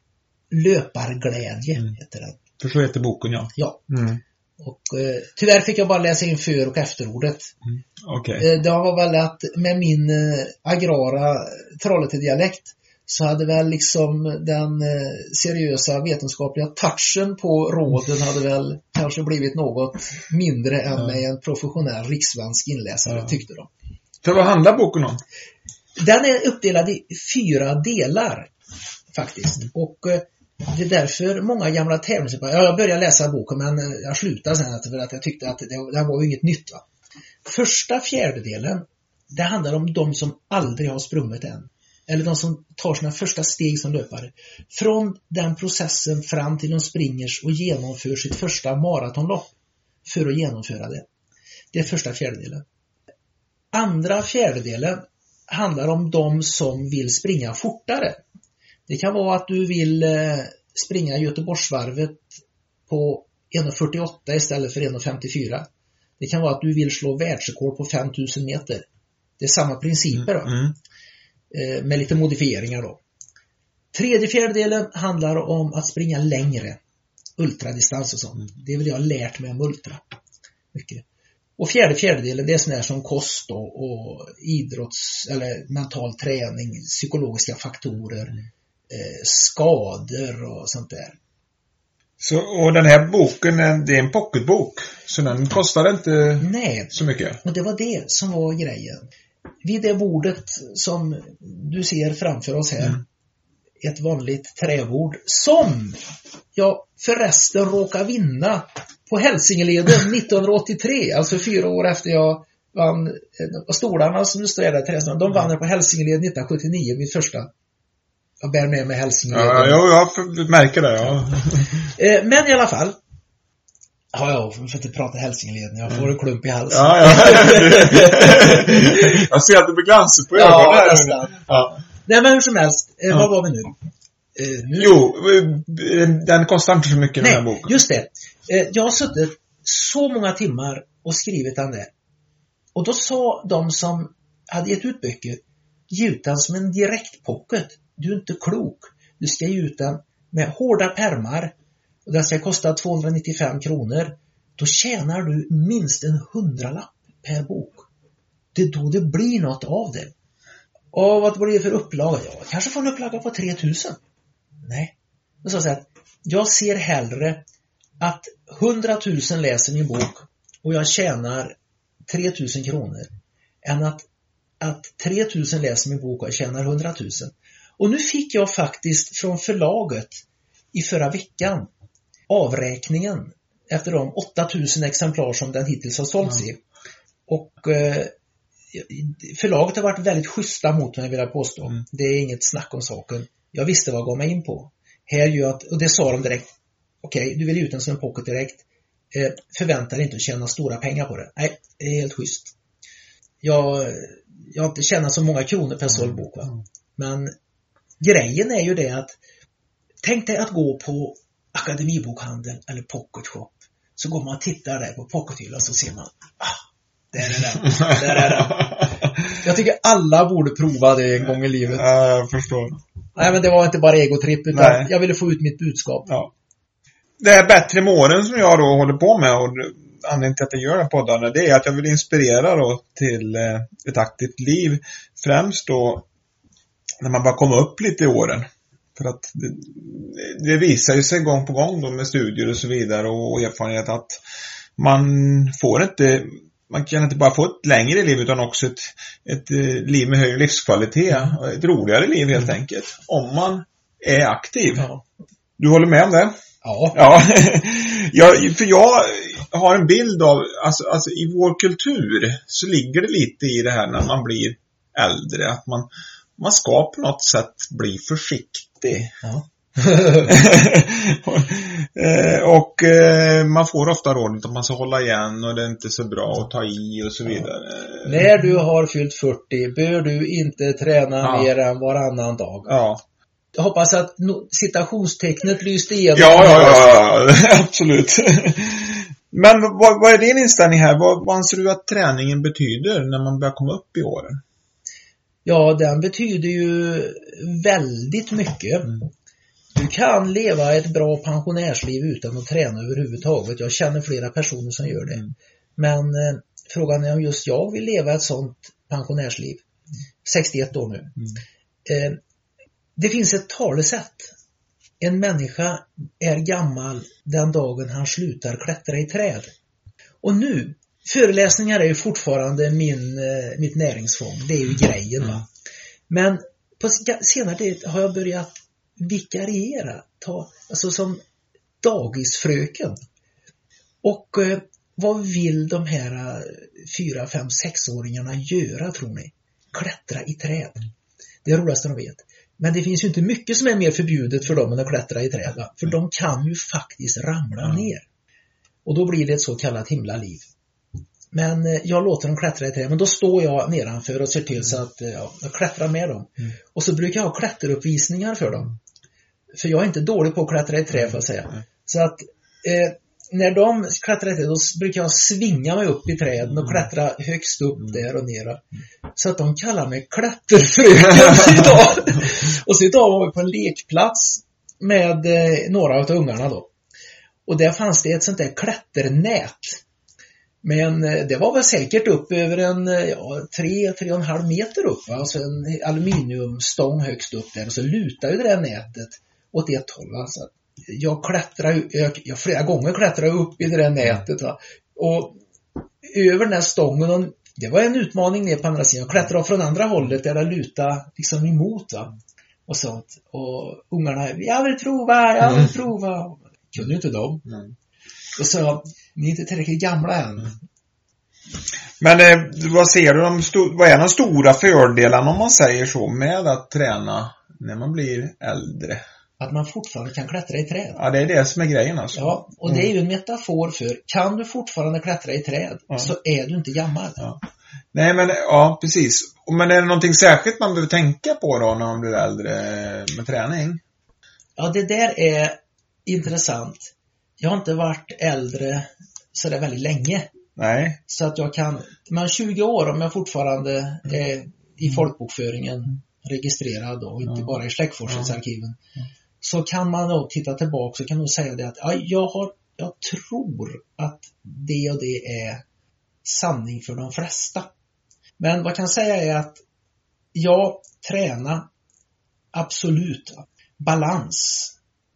Löparglädje mm. heter den. För så heter boken, ja. Ja. Mm. Och eh, tyvärr fick jag bara läsa in för- och efterordet. Mm. Okay. Eh, det var väl att med min eh, agrara Trollhätte-dialekt så hade väl liksom den eh, seriösa vetenskapliga touchen på råden hade väl kanske blivit något mindre än ja. Med en professionell rikssvensk inläsare, ja. Tyckte de. Så vad handlar boken om? Den är uppdelad i fyra delar faktiskt. Mm. Och eh, det är därför många gamla tävlingar. Ja, jag började läsa boken men jag slutade sen för att jag tyckte att det, det var ju inget nytt, va? Första fjärdedelen, det handlar om de som aldrig har sprungit än. Eller de som tar sina första steg som löpare. Från den processen fram till de springer och genomför sitt första maratonlopp för att genomföra det. Det är första fjärdedelen. Andra fjärdedelen handlar om de som vill springa fortare. Det kan vara att du vill eh, springa Göteborgsvarvet på en fyrtioåtta istället för en femtiofyra. Det kan vara att du vill slå världsrekord på fem tusen meter. Det är samma principer då. Mm. Eh, med lite modifieringar då. Tredje fjärdedelen handlar om att springa längre. Ultradistans och sånt. Mm. Det är väl jag lärt mig om ultra. Mycket. Och fjärde fjärdedelen, det är sådär som kost och, och idrotts eller mental träning, psykologiska faktorer. Mm. Eh, skador och sånt där. Så, och den här boken, det är en pocketbok, så den kostar inte Nej, så mycket. Och det var det som var grejen. Vid det bordet som du ser framför oss här, mm. ett vanligt träbord som jag förresten råkade vinna på Hälsingeleden nittonhundraåttiotre, alltså fyra år efter jag vann stolarna som du står där i trästan. De vann på Hälsingeleden nittonhundrasjuttionio, mitt första. Jag bär med mig Hälsingeleden. Ja, jag, jag märker det, ja. Men i alla fall. Ja, jag får inte prata Hälsingeleden. Jag får en klump i halsen. Ja, ja. Jag ser att det blir glansigt på ögonen. Ja, nästan. Ja. Nej, men hur som helst. Eh, ja. Vad var vi nu? Eh, nu? Jo, den kostar inte så mycket. Nej, den här boken. Just det. Eh, jag har suttit så många timmar och skrivit den där. Och då sa de som hade gett ut böcker, ge ut den som en direkt pocket. Du är inte klok. Du ska ge ut den med hårda pärmar. Och den ska kosta tvåhundranittiofem kronor. Då tjänar du minst en hundralapp per bok. Det är då det blir något av det. Och vad blir det för upplaga? Ja, kanske får en upplaga på tre tusen. Nej. Men så att säga, jag ser hellre att hundratusen läser min bok och jag tjänar tre tusen kronor än att, att tre tusen läser min bok och jag tjänar hundratusen. Och nu fick jag faktiskt från förlaget i förra veckan avräkningen efter de åtta tusen exemplar som den hittills har sålts i. Och eh, förlaget har varit väldigt schyssta mot mig, vill jag påstå. Mm. Det är inget snack om saken. Jag visste vad jag gav mig in på. Här ju att, och det sa de direkt. Okej, okay, du vill ut den som en pocket direkt. Eh, förväntar inte att tjäna stora pengar på det. Nej, det är helt schysst. Jag, jag har inte tjänat så många kronor per såld bok, va? Mm. Men grejen är ju det att tänk dig att gå på Akademibokhandeln eller Pocket Shop. Så går man och tittar där på Pockethyllan så ser man, ah, där är den, där är den. Jag tycker alla borde prova det en gång i livet. Ja, jag förstår. Nej, men det var inte bara egotripp utan Nej. Jag ville få ut mitt budskap. Ja. Det här bättre med åren som jag då håller på med och anledningen till att jag gör den podden, det är att jag vill inspirera då till ett aktivt liv. Främst då när man bara kommer upp lite i åren. För att det, det visar ju sig gång på gång då med studier och så vidare och erfarenhet att man får inte, man kan inte bara få ett längre liv utan också ett, ett liv med högre livskvalitet, ett roligare liv helt enkelt, om man är aktiv. Ja. Du håller med om det? Ja. Ja. jag, för jag har en bild av, alltså, alltså i vår kultur så ligger det lite i det här när man blir äldre, att man Man ska på något sätt bli försiktig. Ja. Och man får ofta rådet att man ska hålla igen och det är inte så bra att ta i och så vidare. Ja. När du har fyllt fyrtio bör du inte träna ja. mer än varannan dag. Ja. Jag hoppas att citationstecknet lyste igenom. Ja, ja, ja, ja, absolut. Men vad, vad är din inställning här? Vad, vad anser du att träningen betyder när man börjar komma upp i åren? Ja, den betyder ju väldigt mycket. Mm. Du kan leva ett bra pensionärsliv utan att träna överhuvudtaget. Jag känner flera personer som gör det. Mm. Men eh, frågan är om just jag vill leva ett sånt pensionärsliv. sextioett år nu. Mm. Eh, det finns ett talesätt. En människa är gammal den dagen han slutar klättra i träd. Och nu, föreläsningar är ju fortfarande min, eh, mitt näringsfång. Det är ju grejen, va. Men på senare tid har jag börjat vikariera. Ta, alltså som dagisfröken. Och eh, vad vill de här fyra, fem, sexåringarna göra, tror ni? Klättra i träd. Det är roligaste de vet. Men det finns ju inte mycket som är mer förbjudet för dem än att klättra i träd, va? För de kan ju faktiskt ramla mm. ner. Och då blir det ett så kallat himlaliv. Men eh, jag låter dem klättra i träd. Men då står jag nedanför och ser till så att eh, ja, jag klättrar med dem. Mm. Och så brukar jag ha klätteruppvisningar för dem. För jag är inte dålig på att klättra i träd, för att säga. Mm. Så att eh, när de klättrar i träd, då brukar jag svinga mig upp i träden och klättra högst upp mm. där och ner. Så att de kallar mig klätterfröken idag. Och så idag var vi på en lekplats med eh, några av ungarna då. Och där fanns det ett sånt där klätternät. Men eh, det var väl säkert upp över en ja, tre, tre och en halv meter upp. Va? Alltså en aluminiumstång högst upp där. Och så lutade ju det där nätet åt ett håll. Va? Så jag klättrade, jag, jag flera gånger klättrade upp i det där nätet. Va? Och över den här stången, och det var en utmaning ner på andra sidan. Jag klättrade från andra hållet där det lutade liksom emot. Va? och sånt. Och ungarna, jag vill prova, jag vill mm. prova. Kunde ju inte de. Mm. Och så, ni är inte tillräckligt gamla än. Mm. Men eh, vad ser du, de sto- vad är de stora fördelarna om man säger så med att träna när man blir äldre? Att man fortfarande kan klättra i träd. Ja, det är det som är grejen alltså. Ja, och det är ju en metafor för, kan du fortfarande klättra i träd ja. så är du inte gammal. Ja. Nej, men ja, precis. Men är det någonting särskilt man behöver tänka på då när man blir äldre med träning? Ja, det där är intressant. Jag har inte varit äldre så det är väldigt länge. Nej. Så att jag kan, men tjugo år om jag fortfarande är i folkbokföringen registrerad och inte ja. bara i släktforskningsarkiven. Ja. Så kan man då titta tillbaka och kan nog säga det att ja, jag, har, jag tror att det och det är sanning för de flesta. Men vad jag kan säga är att jag tränar absolut balans,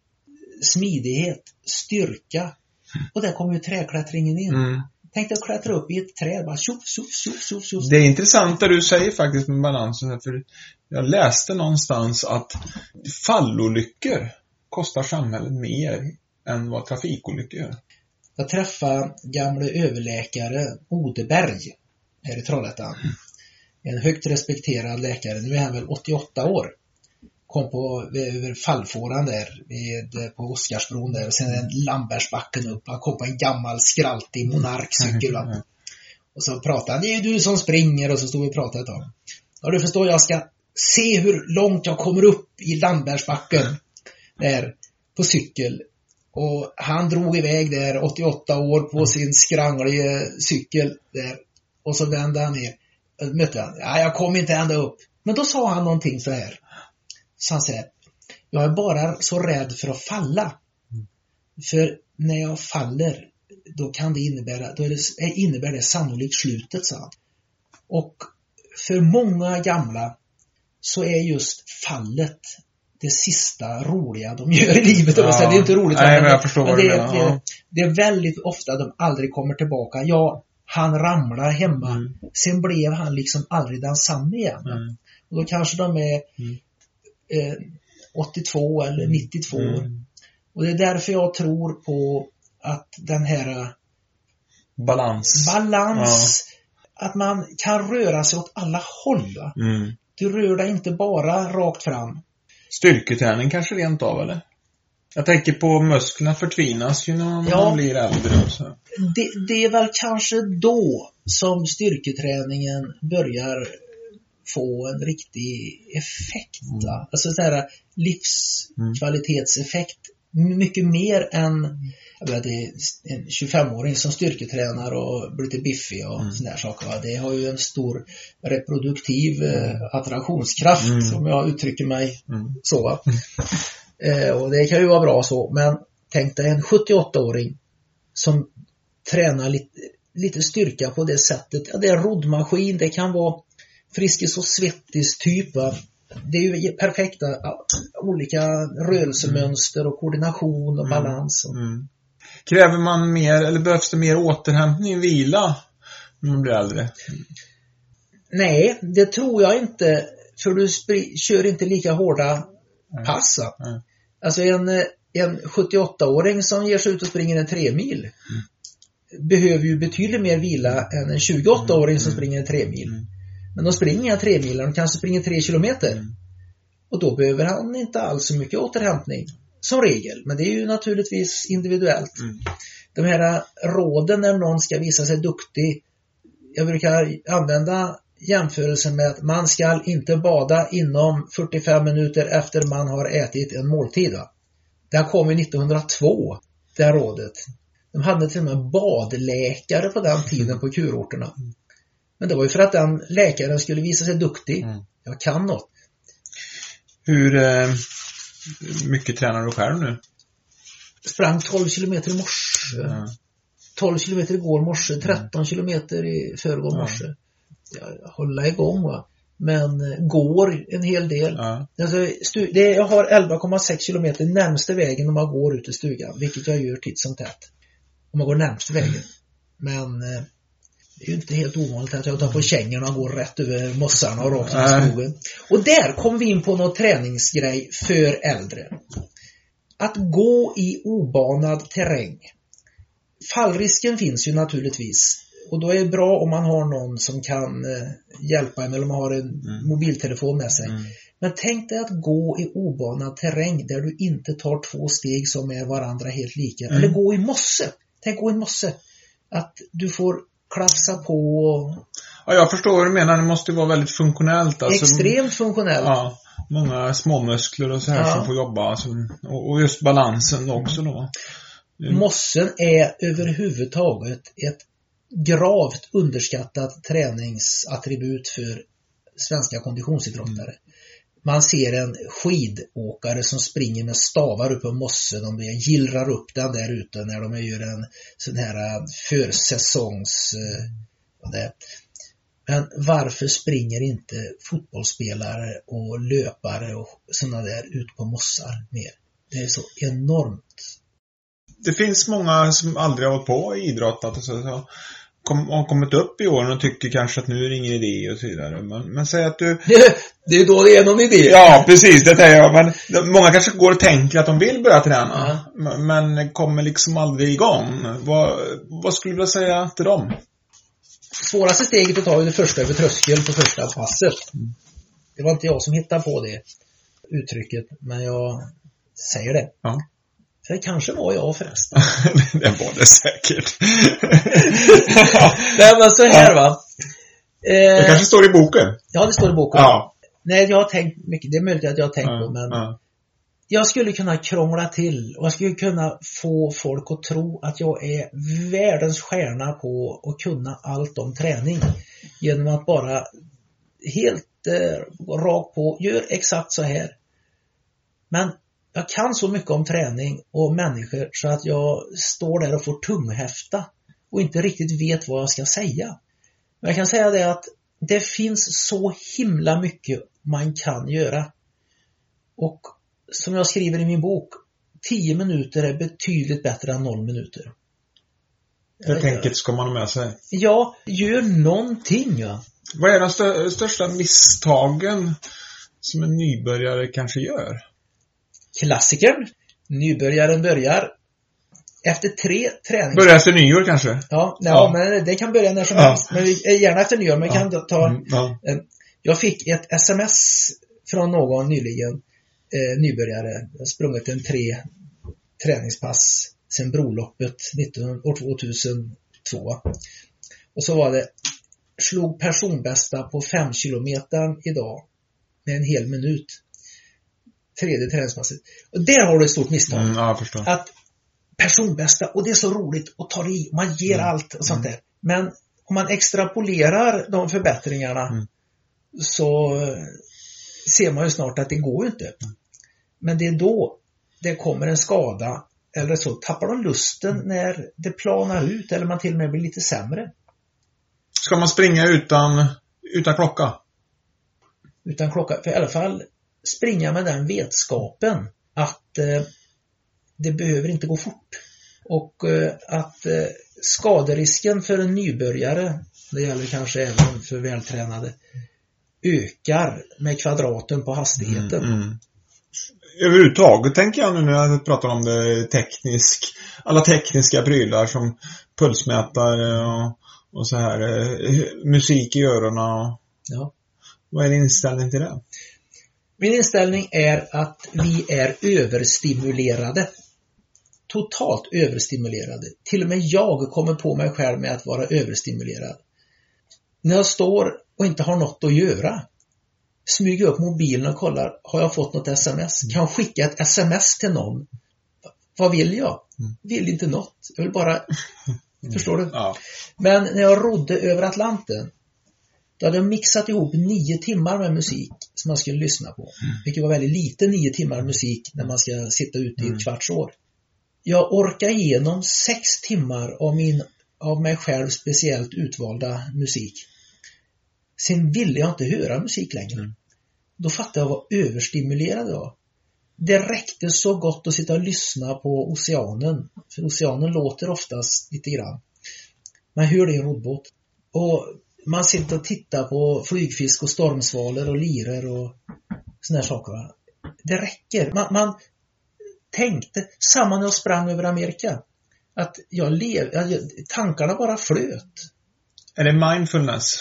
smidighet, styrka och där kommer ju träklättringen in. Mm. Tänk dig att klättra upp i ett träd bara tjoff, tjoff, tjoff, tjoff, tjoff. Det är intressant det du säger faktiskt med balansen, för jag läste någonstans att fallolyckor kostar samhället mer än vad trafikolyckor gör. Jag träffade gamla överläkare Odeberg här i Trollhättan. En högt respekterad läkare, nu är han väl åttioåtta år. Kom på över fallfåran där vid, på Oskarsbron där och sen en Lambertsbacken upp. Han kom på en gammal skraltig monarkcykel. Mm, mm. Och så pratade han, det är ju du som springer och så stod vi och pratade ett tag. Ja, du förstår, jag ska se hur långt jag kommer upp i Lambertsbacken där på cykel. Och han drog iväg där åttioåtta år på mm. sin skrangliga cykel där. Och så vände han ner. Mötte han, ja, jag kom inte ända upp. Men då sa han någonting så här. Så han säger, jag är bara så rädd för att falla. Mm. För när jag faller, då kan det innebära, då är det, innebär det sannolikt slutet, sa han. Och för många gamla så är just fallet det sista roliga de gör i livet. Ja. Det är inte roligt. Nej, men jag förstår men vad det, du menar. det, det är väldigt ofta de aldrig kommer tillbaka. Ja, han ramlar hemma. Mm. Sen blev han liksom aldrig densamma igen. Mm. Och då kanske de är mm. eh, åttiotvå eller nittiotvå mm. år. Och det är därför jag tror på att den här balans. Balans. Ja. Att man kan röra sig åt alla håll. Mm. Du rör dig inte bara rakt fram. Styrketräning kanske rent av, eller? Jag tänker på musklerna förtvinas ju när man ja, blir äldre. Och så. Det, det är väl kanske då som styrketräningen börjar få en riktig effekt. Mm. Alltså så här livskvalitetseffekt. Mycket mer än jag vet, det är en tjugofemåring som styrketränar och blir lite biffig och mm. sådana saker. Det har ju en stor reproduktiv eh, attraktionskraft mm. om jag uttrycker mig mm. så. Eh, och det kan ju vara bra så. Men tänk dig en sjuttioåttaåring som tränar lite, lite styrka på det sättet. Ja, det är roddmaskin, det kan vara Friskis och Svettis typ. Va? Det är ju perfekta olika rörelsemönster och koordination och balans. Och... Mm. Kräver man mer eller behövs det mer återhämtning, vila när man blir äldre? Nej, det tror jag inte. För du spri- kör inte lika hårda pass. Mm. Alltså en, en sjuttioåttaåring som ger sig ut och springer en tre mil mm. behöver ju betydligt mer vila än en tjugoåttaåring mm. som springer en tre mil. Mm. Men de springer tre mil, de kanske springer tre kilometer. Mm. Och då behöver han inte alls så mycket återhämtning. Som regel, men det är ju naturligtvis individuellt. Mm. De här råden när någon ska visa sig duktig. Jag brukar använda jämförelsen med att man ska inte bada inom fyrtiofem minuter efter man har ätit en måltid. Det här kom ju nittonhundratvå, det här rådet. De hade till och med badläkare på den tiden på kurorterna. Men det var ju för att den läkaren skulle visa sig duktig. Mm. Jag kan något. Hur eh, mycket tränar du själv nu? Sprang tolv kilometer i morse. Mm. tolv kilometer igår morse. tretton kilometer i förrgår morse. Mm. Jag håller igång va. Men går en hel del. Mm. Alltså, stu- det är, jag har elva komma sex kilometer närmaste vägen om man går ut i stugan. Vilket jag gör titt som tätt. Om man går närmaste vägen. Men... Eh, Det är ju inte helt ovanligt att jag tar på kängorna och går rätt över mossarna och rakt in i skogen. Och där kom vi in på någon träningsgrej för äldre. Att gå i obanad terräng. Fallrisken finns ju naturligtvis. Och då är det bra om man har någon som kan eh, hjälpa en eller om man har en mm. mobiltelefon med sig. Mm. Men tänk dig att gå i obanad terräng där du inte tar två steg som är varandra helt lika. Mm. Eller gå i mosse. Tänk gå i mosse. Att du får klafsa på. Ja, jag förstår vad du menar. Det måste vara väldigt funktionellt. Alltså, extremt funktionellt. Ja, många små muskler och så här ja. Som får jobba. Alltså, och just balansen också då. Mm. Mossen är överhuvudtaget ett gravt underskattat träningsattribut för svenska konditionsidrottare. Mm. Man ser en skidåkare som springer med stavar upp på mossen. De gillrar upp den där ute när de gör en sån här försäsongs... Det. Men varför springer inte fotbollsspelare och löpare och såna där ut på mossar mer? Det är så enormt. Det finns många som aldrig har varit på idrottat och så, så kom, har kommit upp i åren och tycker kanske att nu är det ingen idé och så vidare. Men, men säg att du... Det är då det är någon idé. Ja, precis, det säger jag. Men många kanske går och tänker att de vill börja träna. Ja. Men kommer liksom aldrig igång. Vad, vad skulle du vilja säga till dem? Svåraste steget att ta är det första över tröskeln på första passet. Mm. Det var inte jag som hittade på det uttrycket, men jag säger det. Ja. Det kanske var jag förresten. Det var det säkert. Det var så här va. Eh, det kanske står i boken. Ja, det står i boken. Ja. Nej, jag har tänkt mycket. Det är möjligt att jag har tänkt ja, på, men ja. Jag skulle kunna krångla till och jag skulle kunna få folk att tro att jag är världens stjärna på att kunna allt om träning genom att bara helt eh, rakt på gör exakt så här. Men jag kan så mycket om träning och människor så att jag står där och får tumhäfta och inte riktigt vet vad jag ska säga. Men jag kan säga det att det finns så himla mycket man kan göra. Och som jag skriver i min bok, tio minuter är betydligt bättre än noll minuter. Det tänket ska man ha med sig. Ja, gör någonting. Ja. Vad är de stö- största misstagen som en nybörjare kanske gör? Klassikern. Nybörjaren börjar efter tre tränings... Börjar efter nyår kanske? Ja, ja, ja. Men det kan börja när som ja. helst. Men gärna efter nyår. Men ja. kan ta... Mm, ja. Jag fick ett sms från någon nyligen. Eh, nybörjare. Jag har sprungit en tre träningspass sen Broloppet år tvåtusentvå. Och så var det slog personbästa på fem kilometer idag med en hel minut. Tredje träningspasset. Och där har du ett stort misstag. Mm, ja, jag förstår. Att personbästa, och det är så roligt att ta det i, man ger mm. allt och sånt där. Men om man extrapolerar de förbättringarna mm. så ser man ju snart att det går ju inte. Mm. Men det är då det kommer en skada eller så tappar de lusten mm. när det planar ut eller man till och med blir lite sämre. Ska man springa utan, utan klocka? Utan klocka, för i alla fall springa med den vetskapen att eh, det behöver inte gå fort. Och eh, att eh, skaderisken för en nybörjare, det gäller kanske även för vältränade, ökar med kvadraten på hastigheten. Mm, mm. Överhuvudtaget tänker jag nu när jag pratar om det teknisk, alla tekniska prylar som pulsmätare och, och så här, musik i öronen. Ja. Vad är din inställning till det? Min inställning är att vi är överstimulerade. Totalt överstimulerade. Till och med jag kommer på mig själv med att vara överstimulerad. När jag står och inte har något att göra, smyger upp mobilen och kollar, har jag fått något sms? Kan jag skicka ett sms till någon? Vad vill jag? Vill inte något. Jag vill bara, förstår du? Ja. Men när jag rodde över Atlanten, då hade jag mixat ihop nio timmar med musik som man skulle lyssna på. Mm. Vilket var väldigt lite nio timmar musik när man ska sitta ute mm. i ett kvarts år. Jag orkar igenom sex timmar av, min, av mig själv speciellt utvalda musik. Sen ville jag inte höra musik längre. Mm. Då fattade jag vad överstimulerad jag var. Det räckte så gott att sitta och lyssna på oceanen. För oceanen låter oftast lite grann. Man hör det i en roddbåt. Och man sitter och tittar på flygfisk och stormsvalor och lirer och såna här saker. Va? Det räcker. Man, man tänkte, samma när jag sprang över Amerika, att jag lev, tankarna bara flöt. Är det mindfulness?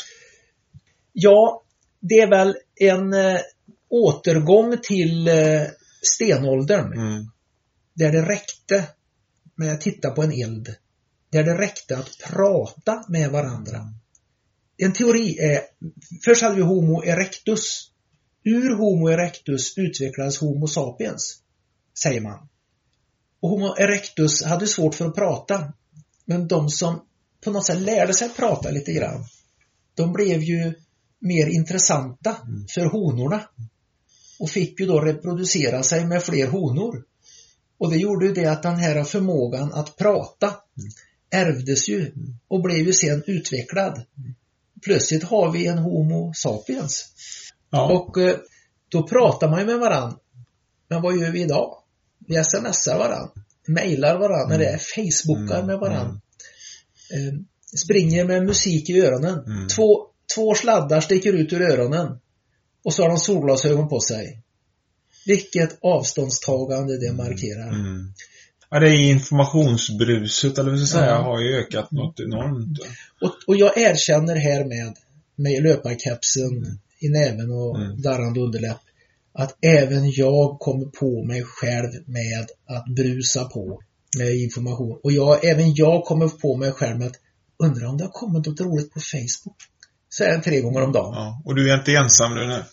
Ja, det är väl en eh, återgång till eh, stenåldern. Mm. Där det räckte med att titta på en eld. Där det räckte att prata med varandra. En teori är, först hade vi Homo erectus. Ur Homo erectus utvecklades Homo sapiens, säger man. Och Homo erectus hade svårt för att prata. Men de som på något sätt lärde sig att prata lite grann, de blev ju mer intressanta för honorna. Och fick ju då reproducera sig med fler honor. Och det gjorde ju det att den här förmågan att prata ärvdes ju och blev ju sen utvecklad. Plötsligt har vi en Homo sapiens. Ja. Och eh, då pratar man ju med varann. Men vad gör vi idag? Vi smsar varann, mailar varann, mm. eller facebookar mm. med varann. Mm. Eh, springer med musik i öronen. Mm. Två, två sladdar sticker ut ur öronen. Och så har de solglasögon på sig. Vilket avståndstagande det markerar. Mm. Ja, det är informationsbruset, eller vad ska jag säga, ja. har ju ökat något enormt. Och, och jag erkänner här med, med löparkepsen mm. i näven och mm. darrande underläpp, att även jag kommer på mig själv med att brusa på med information. Och jag, även jag kommer på mig själv med att undra om det har kommit något roligt på Facebook. Så är det tre gånger om dagen. Ja, och du är inte ensam nu. nu.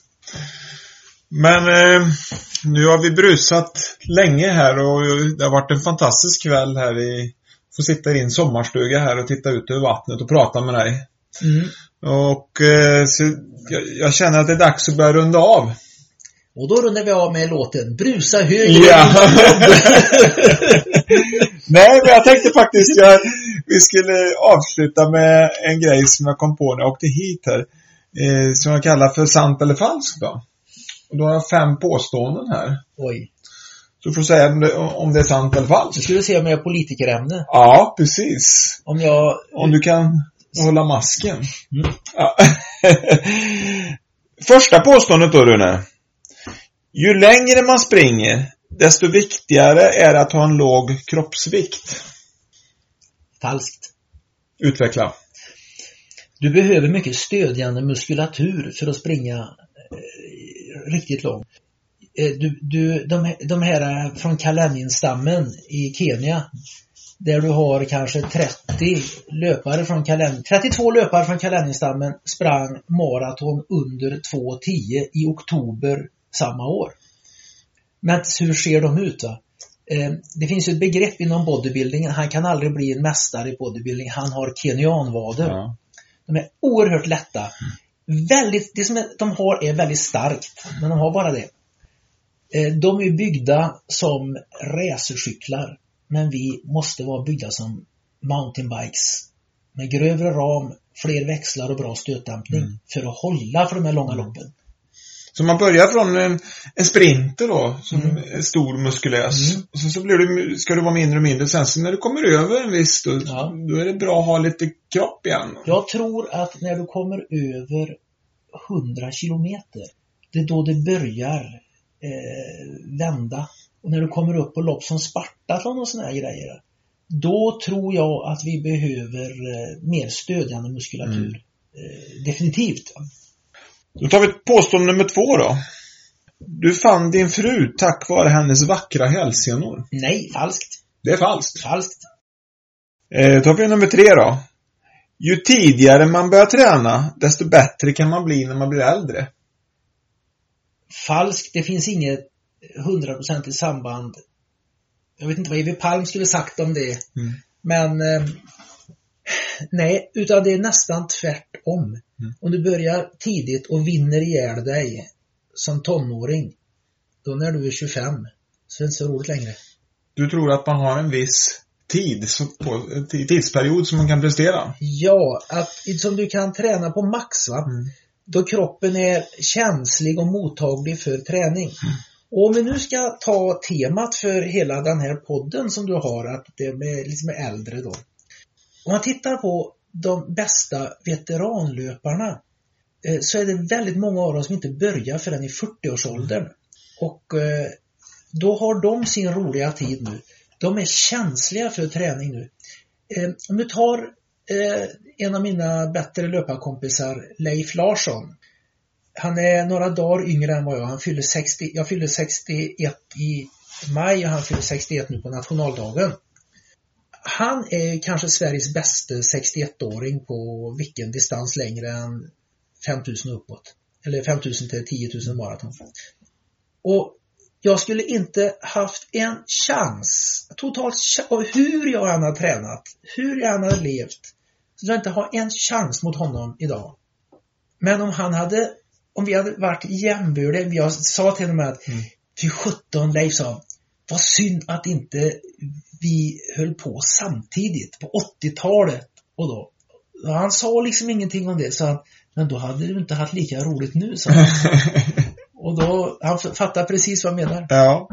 Men eh, nu har vi brusat länge här och det har varit en fantastisk kväll här i, få sitta i en sommarstuga här och titta ut över vattnet och prata med dig. Mm. Och eh, så jag, jag känner att det är dags att börja runda av. Och då rundar vi av med låten Brusa högre. Ja. Nej, men jag tänkte faktiskt att vi skulle avsluta med en grej som jag kom på när jag åkte hit här. Eh, som jag kallar för sant eller falskt då. Och då har jag fem påståenden här. Oj. Så får du säga om det, om det är sant eller falskt. Du skulle se om jag är politikerämne. Ja, precis. Om jag... Om du kan hålla masken. Mm. Ja. Första påståendet då, Rune. Ju längre man springer, desto viktigare är det att ha en låg kroppsvikt. Falskt. Utveckla. Du behöver mycket stödjande muskulatur för att springa eh, riktigt långt. Eh, du, du, de, de här från Kalenjin-stammen i Kenya, där du har kanske trettio löpare från Kalenjin, trettiotvå löpare från Kalenjin-stammen sprang maraton under två tio i oktober samma år. Men hur ser de ut va? Eh, det finns ju ett begrepp inom bodybuilding. Han kan aldrig bli en mästare i bodybuilding. Han har kenyanvader. Ja. De är oerhört lätta. Mm. Väldigt, det som de har är väldigt starkt. Men de har bara det. Eh, de är byggda som racercyklar. Men vi måste vara byggda som mountainbikes. Med grövre ram, fler växlar och bra stötdämpning. Mm. För att hålla för de här långa mm. loppen. Så man börjar från en, en sprinter då, som mm. är stor muskulös. Mm. Och så, så blir det, ska du vara mindre och mindre. Sen så när du kommer över en viss, då, ja. då är det bra att ha lite kropp igen. Jag tror att när du kommer över hundra kilometer, det är då det börjar eh, vända. Och när du kommer upp på lopp som Spartathlon och såna här grejer, då tror jag att vi behöver eh, mer stödjande muskulatur. Mm. Eh, definitivt. Då tar vi påstående nummer två då. Du fann din fru tack vare hennes vackra hälsenor. Nej, falskt. Det är falskt. Falskt. Eh, då tar vi nummer tre då. Ju tidigare man börjar träna, desto bättre kan man bli när man blir äldre. Falskt. Det finns inget hundraprocentigt samband. Jag vet inte vad Evi Palm skulle sagt om det. Mm. Men eh, nej, utan det är nästan tvärtom. Mm. Om du börjar tidigt och vinner ihjäl dig som tonåring, då när du är tjugofem, så är det inte så roligt längre. Du tror att man har en viss tid, så på, tidsperiod som man kan prestera? Ja, att som du kan träna på max va? Mm. Då kroppen är känslig och mottaglig för träning. Mm. Och om vi nu ska ta temat för hela den här podden som du har, att det är med, liksom med äldre då. Om man tittar på de bästa veteranlöparna eh, så är det väldigt många av dem som inte börjar förrän i fyrtioårsåldern. Och eh, då har de sin roliga tid nu. De är känsliga för träning nu. Eh, om du tar eh, en av mina bättre löparkompisar, Leif Larsson. Han är några dagar yngre än vad jag. Han fyller sextio, jag fyller sextioett i maj och han fyller sextioett nu på nationaldagen. Han är kanske Sveriges bästa sextioett-åring på vilken distans längre än fem tusen uppåt. Eller fem tusen till tio tusen maraton. Och jag skulle inte haft en chans, totalt av hur jag än har tränat, hur jag än har levt, så skulle jag inte ha en chans mot honom idag. Men om han hade, om vi hade varit jämbördiga, jag sa till honom att mm. till sjutton, Leif sa, vad synd att inte vi höll på samtidigt på åttiotalet. Och då, och han sa liksom ingenting om det, så han, men då hade du inte haft lika roligt nu, så han. Och då, han fattar precis vad jag menar. Ja.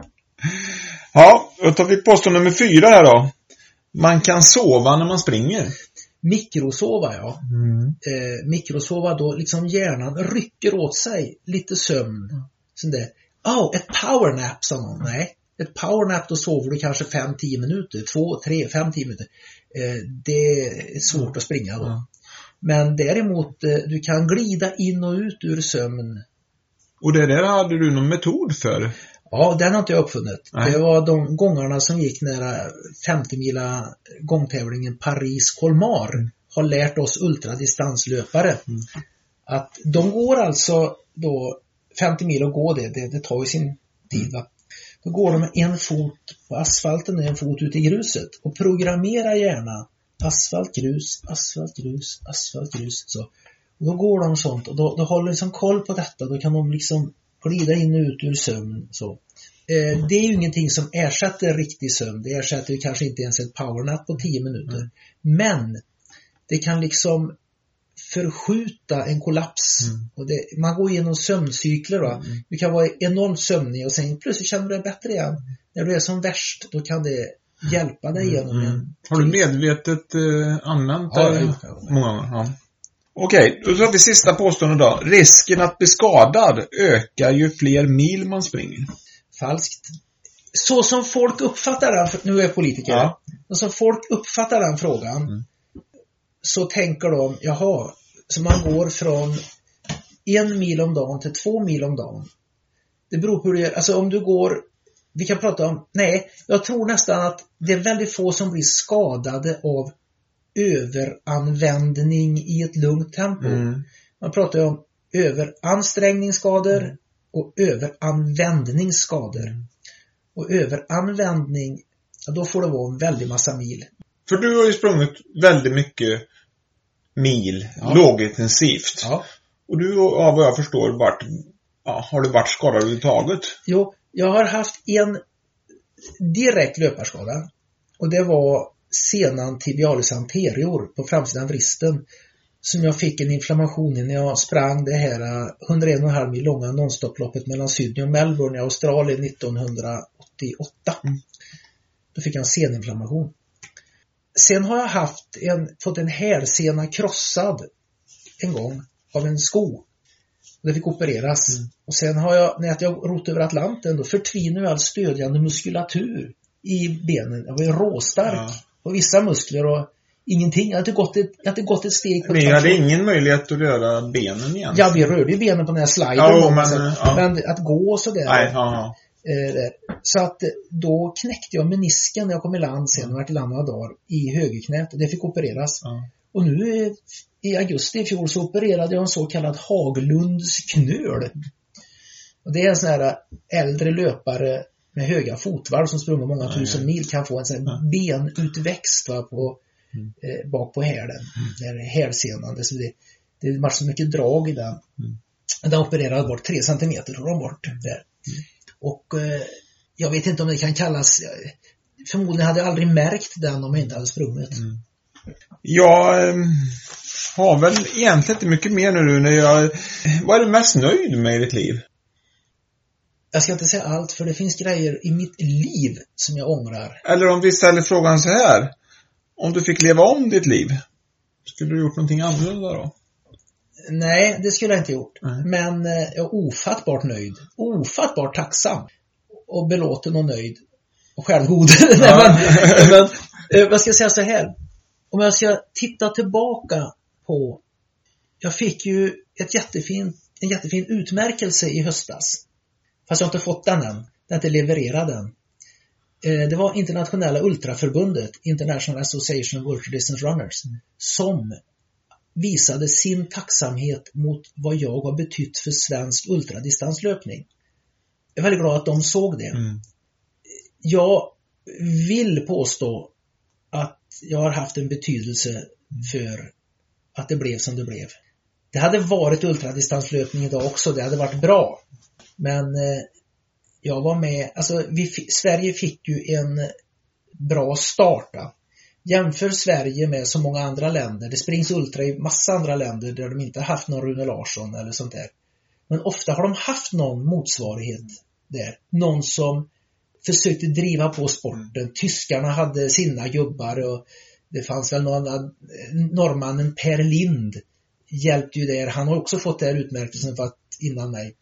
Ja, då tar vi påstå nummer fyra här då. Man kan sova när man springer. Mikrosova, ja. Mm. Eh, mikrosova, då liksom hjärnan rycker åt sig lite sömn. Sån där. Oh, ett powernap, sa någon. Nej, ett powernap, då sover du kanske fem till tio minuter. två, tre, fem till tio minuter. Eh, det är svårt att springa då. Ja. Men däremot, eh, du kan glida in och ut ur sömn. Och det där hade du någon metod för? Ja, den har inte jag uppfunnit. Nej. Det var de gångarna som gick nära femtio mila gångtävlingen Paris-Colmar mm. har lärt oss ultradistanslöpare mm. att de går alltså då femtio mil och gå det, det, det tar ju sin tid, va? Då går de med en fot på asfalten och en fot ut i gruset och programmerar gärna asfalt, grus, asfalt, grus, asfalt, grus, så. Och då går de sånt och då, då håller de liksom koll på detta. Då kan de liksom glida in och ut ur sömn. Så. Eh, det är ju ingenting som ersätter riktig sömn. Det ersätter ju kanske inte ens ett powernap på tio minuter. Mm. Men det kan liksom förskjuta en kollaps. Mm. Och det, man går igenom sömncykler. Va? Mm. Du kan vara enormt sömnig och sen plötsligt känner du dig bättre igen. Mm. När du är som värst, då kan det hjälpa dig igenom mm. en... Har du medvetet eh, använt ja, det? Ja, ja. Många gånger, ja. Okej, då tar vi sista påståendet då. Risken att bli skadad ökar ju fler mil man springer. Falskt. Så som folk uppfattar den, nu är jag politiker, ja. Och som folk uppfattar den frågan mm. så tänker de, jaha, så man går från en mil om dagen till två mil om dagen. Det beror på hur du gör, alltså om du går, vi kan prata om, nej, jag tror nästan att det är väldigt få som blir skadade av överanvändning i ett lugnt tempo. Mm. Man pratar ju om överansträngningsskador mm. och överanvändningsskador. Mm. Och överanvändning, ja, då får det vara en väldig massa mil. För du har ju sprungit väldigt mycket mil, ja. Lågintensivt. Ja. Och du har, vad jag förstår, varit, ja, har du varit skadad överhuvudtaget? Jo, jag har haft en direkt löparskada. Och det var senan tibialis anterior på framsidan vristen som jag fick en inflammation i när jag sprang det här hundraen komma fem mil långa nonstoploppet mellan Sydney och Melbourne i Australien nittonhundraåttioåtta. Mm. Då fick jag en seninflammation. Sen har jag haft en, fått en hälsena krossad en gång av en sko. Det fick opereras. Mm. Och sen har jag, när jag rot över Atlanten, då förtvinade all stödjande muskulatur i benen. Jag var ju råstark. Ja. Och vissa muskler och ingenting. Jag hade gått ett, jag hade gått ett steg på. Vi hade ingen möjlighet att röra benen igen. Ja, vi rörde ju benen på den här sliden. Ja, men, så, ja. men att gå och sådär. Nej, ja, eh, så att då knäckte jag menisken när jag kom i land sen och varit i land några dagar i högerknät. Det fick opereras. Ja. Och nu i augusti i fjol så opererade jag en så kallad Haglunds knöl. Och det är en sån här äldre löpare med höga fotvarv som sprungit många nej, tusen mil kan få en sån här benutväxt, va, på, mm. eh, bak på hälen. Mm. Där hälsenan. Det, det, det är så mycket drag i den. Mm. Den opererade bort tre centimeter och de bort där. Mm. Och eh, jag vet inte om det kan kallas, förmodligen hade jag aldrig märkt den om jag inte hade sprungit. Mm. Jag eh, har väl egentligen inte mycket mer nu när jag, vad är du mest nöjd med i ditt liv? Jag ska inte säga allt, för det finns grejer i mitt liv som jag ångrar. Eller om vi ställer frågan så här. Om du fick leva om ditt liv, Skulle du gjort någonting annorlunda då? Nej, det skulle jag inte gjort. Mm. Men eh, jag är ofattbart nöjd. Ofattbart tacksam. Och belåten och nöjd. Och självgod. Ja. men, men eh, vad ska jag säga så här? Om jag ska titta tillbaka på... Jag fick ju ett jättefin, en jättefin utmärkelse i höstas. Fast jag har inte fått den än. Den är inte levererad än. Eh, det var Internationella Ultraförbundet, International Association of Ultra Distance Runners, mm. som visade sin tacksamhet mot vad jag har betytt för svensk ultradistanslöpning. Jag är väldigt glad att de såg det. Mm. Jag vill påstå att jag har haft en betydelse för att det blev som det blev. Det hade varit ultradistanslöpning idag också, det hade varit bra. Men eh, jag var med, alltså vi, Sverige fick ju en bra starta. Jämför Sverige med så många andra länder. Det springs ultra i massa andra länder där de inte haft någon Rune Larsson eller sånt där. Men ofta har de haft någon motsvarighet där. Någon som försökte driva på sporten. Tyskarna hade sina gubbar och det fanns väl någon, norrmannen Per Lind hjälpte ju där. Han har också fått den här utmärkelsen för att innan mig.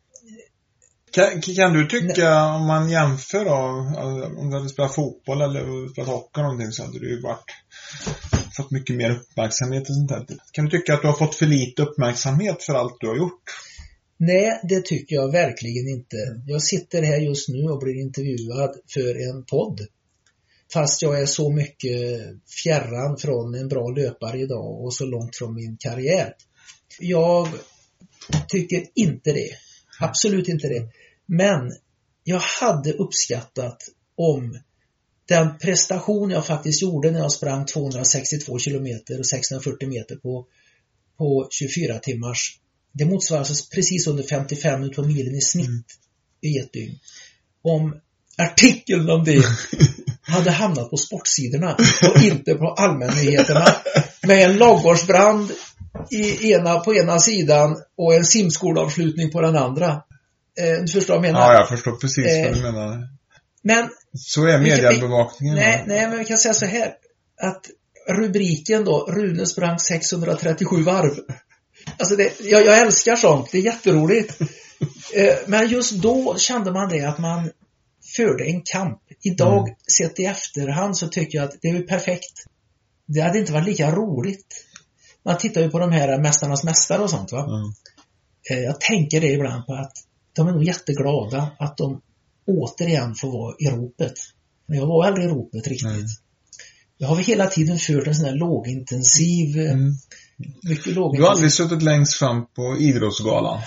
Kan, kan du tycka, Nej. om man jämför då, om du hade spelat fotboll eller spelat hockey någonting, så hade du ju varit, fått mycket mer uppmärksamhet och sånt där. Kan du tycka att du har fått för lite uppmärksamhet för allt du har gjort? Nej, det tycker jag verkligen inte. Jag sitter här just nu och blir intervjuad för en podd. Fast jag är så mycket fjärran från en bra löpare idag och så långt från min karriär. Jag tycker inte det. Absolut inte det. Men jag hade uppskattat om den prestation jag faktiskt gjorde när jag sprang tvåhundrasextiotvå kilometer och sexhundrafyrtio meter på, på tjugofyra timmars. Det motsvarar alltså precis under femtiofem minuter på milen i snitt mm. i ett dygn. Om artikeln om det hade hamnat på sportsidorna och inte på allmännyheterna med en ladugårdsbrand i ena, på ena sidan och en simskolavslutning på den andra. Eh, du förstår vad jag menar? Ja, jag förstår precis eh, vad du menar. Men, så är mediebevakningen. Nej, nej, men vi kan säga så här. Att rubriken då, Rune sprang sexhundratrettiosju varv. Alltså det, jag, jag älskar sånt, det är jätteroligt. eh, men just då kände man det att man förde en kamp. Idag, mm. sett i efterhand, så tycker jag att det är perfekt. Det hade inte varit lika roligt. Man tittar ju på de här mästarnas mästare och sånt, va? Mm. Jag tänker det ibland på att de är nog jätteglada att de återigen får vara i ropet. Men jag var aldrig i ropet riktigt. Mm. Jag har hela tiden fört en sån här lågintensiv... Mm. Mycket lågintensiv. Du har aldrig suttit längst fram på idrottsgalan?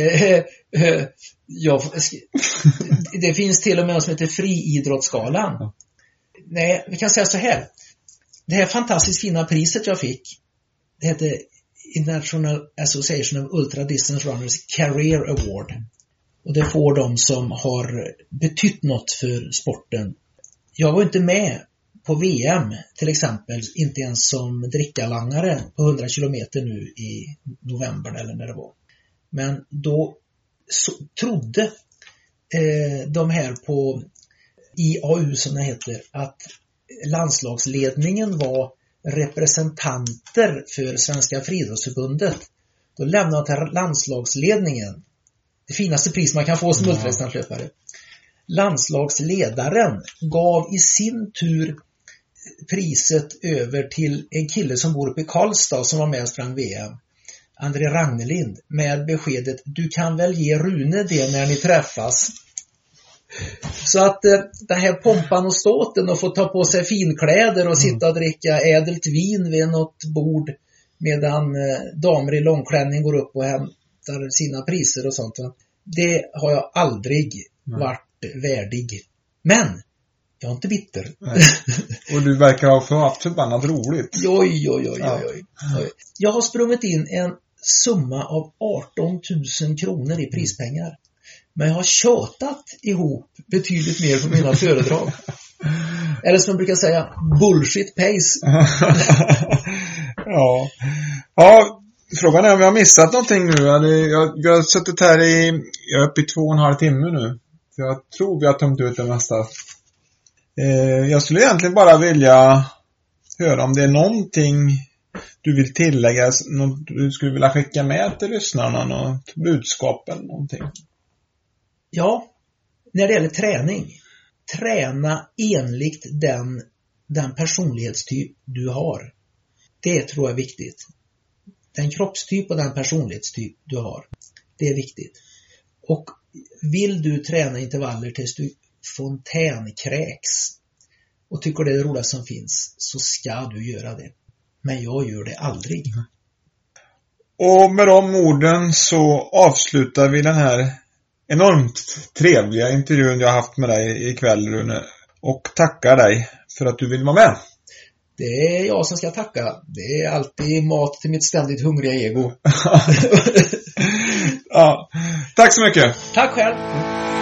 ja, det finns till och med något som heter friidrottsgalan. Mm. Nej, vi kan säga så här. Det här fantastiskt fina priset jag fick, det heter International Association of Ultra Distance Runners Career Award. Och det får de som har betytt något för sporten. Jag var inte med på V M till exempel, inte ens som drickalangare på hundra kilometer nu i november eller när det var. Men då så, trodde eh, de här på I A U som det heter att landslagsledningen var representanter för Svenska friidrottsförbundet. Då lämnade till landslagsledningen det finaste pris man kan få som ultradistanslöpare. Landslagsledaren gav i sin tur priset över till en kille som bor uppe i Karlstad som var med och sprang V M. André Ragnelind, med beskedet: du kan väl ge Rune det när ni träffas. Så att eh, den här pompan och ståten och få ta på sig finkläder och sitta och dricka ädelt vin vid något bord medan eh, damer i långklänning går upp och hämtar sina priser och sånt, va? Det har jag aldrig Nej. varit värdig. Men jag är inte bitter. Nej. Och du verkar ha haft förbannat roligt. Oj, oj, oj, oj, oj. Jag har sprungit in en summa av arton tusen kronor i prispengar. Men jag har tjatat ihop betydligt mer på mina föredrag. Eller som jag brukar säga, bullshit pace. ja. Ja, frågan är om jag har missat någonting nu. Jag, jag har suttit här i, jag är uppe i två och en halv timme nu. Så jag tror vi har tömt ut det mesta. Eh, jag skulle egentligen bara vilja höra om det är någonting du vill tillägga, något du skulle vilja skicka med till lyssnarna, något budskap eller någonting? Ja, när det gäller träning. Träna enligt den, den personlighetstyp du har. Det tror jag är viktigt. Den kroppstyp och den personlighetstyp du har. Det är viktigt. Och vill du träna intervaller tills du fontänkräks och tycker det är det roligaste som finns, så ska du göra det. Men jag gör det aldrig. Och med de orden så avslutar vi den här enormt trevliga intervjun jag har haft med dig ikväll, Rune. Och tackar dig för att du vill vara med. Det är jag som ska tacka. Det är alltid mat till mitt ständigt hungriga ego. Ja, tack så mycket. Tack själv.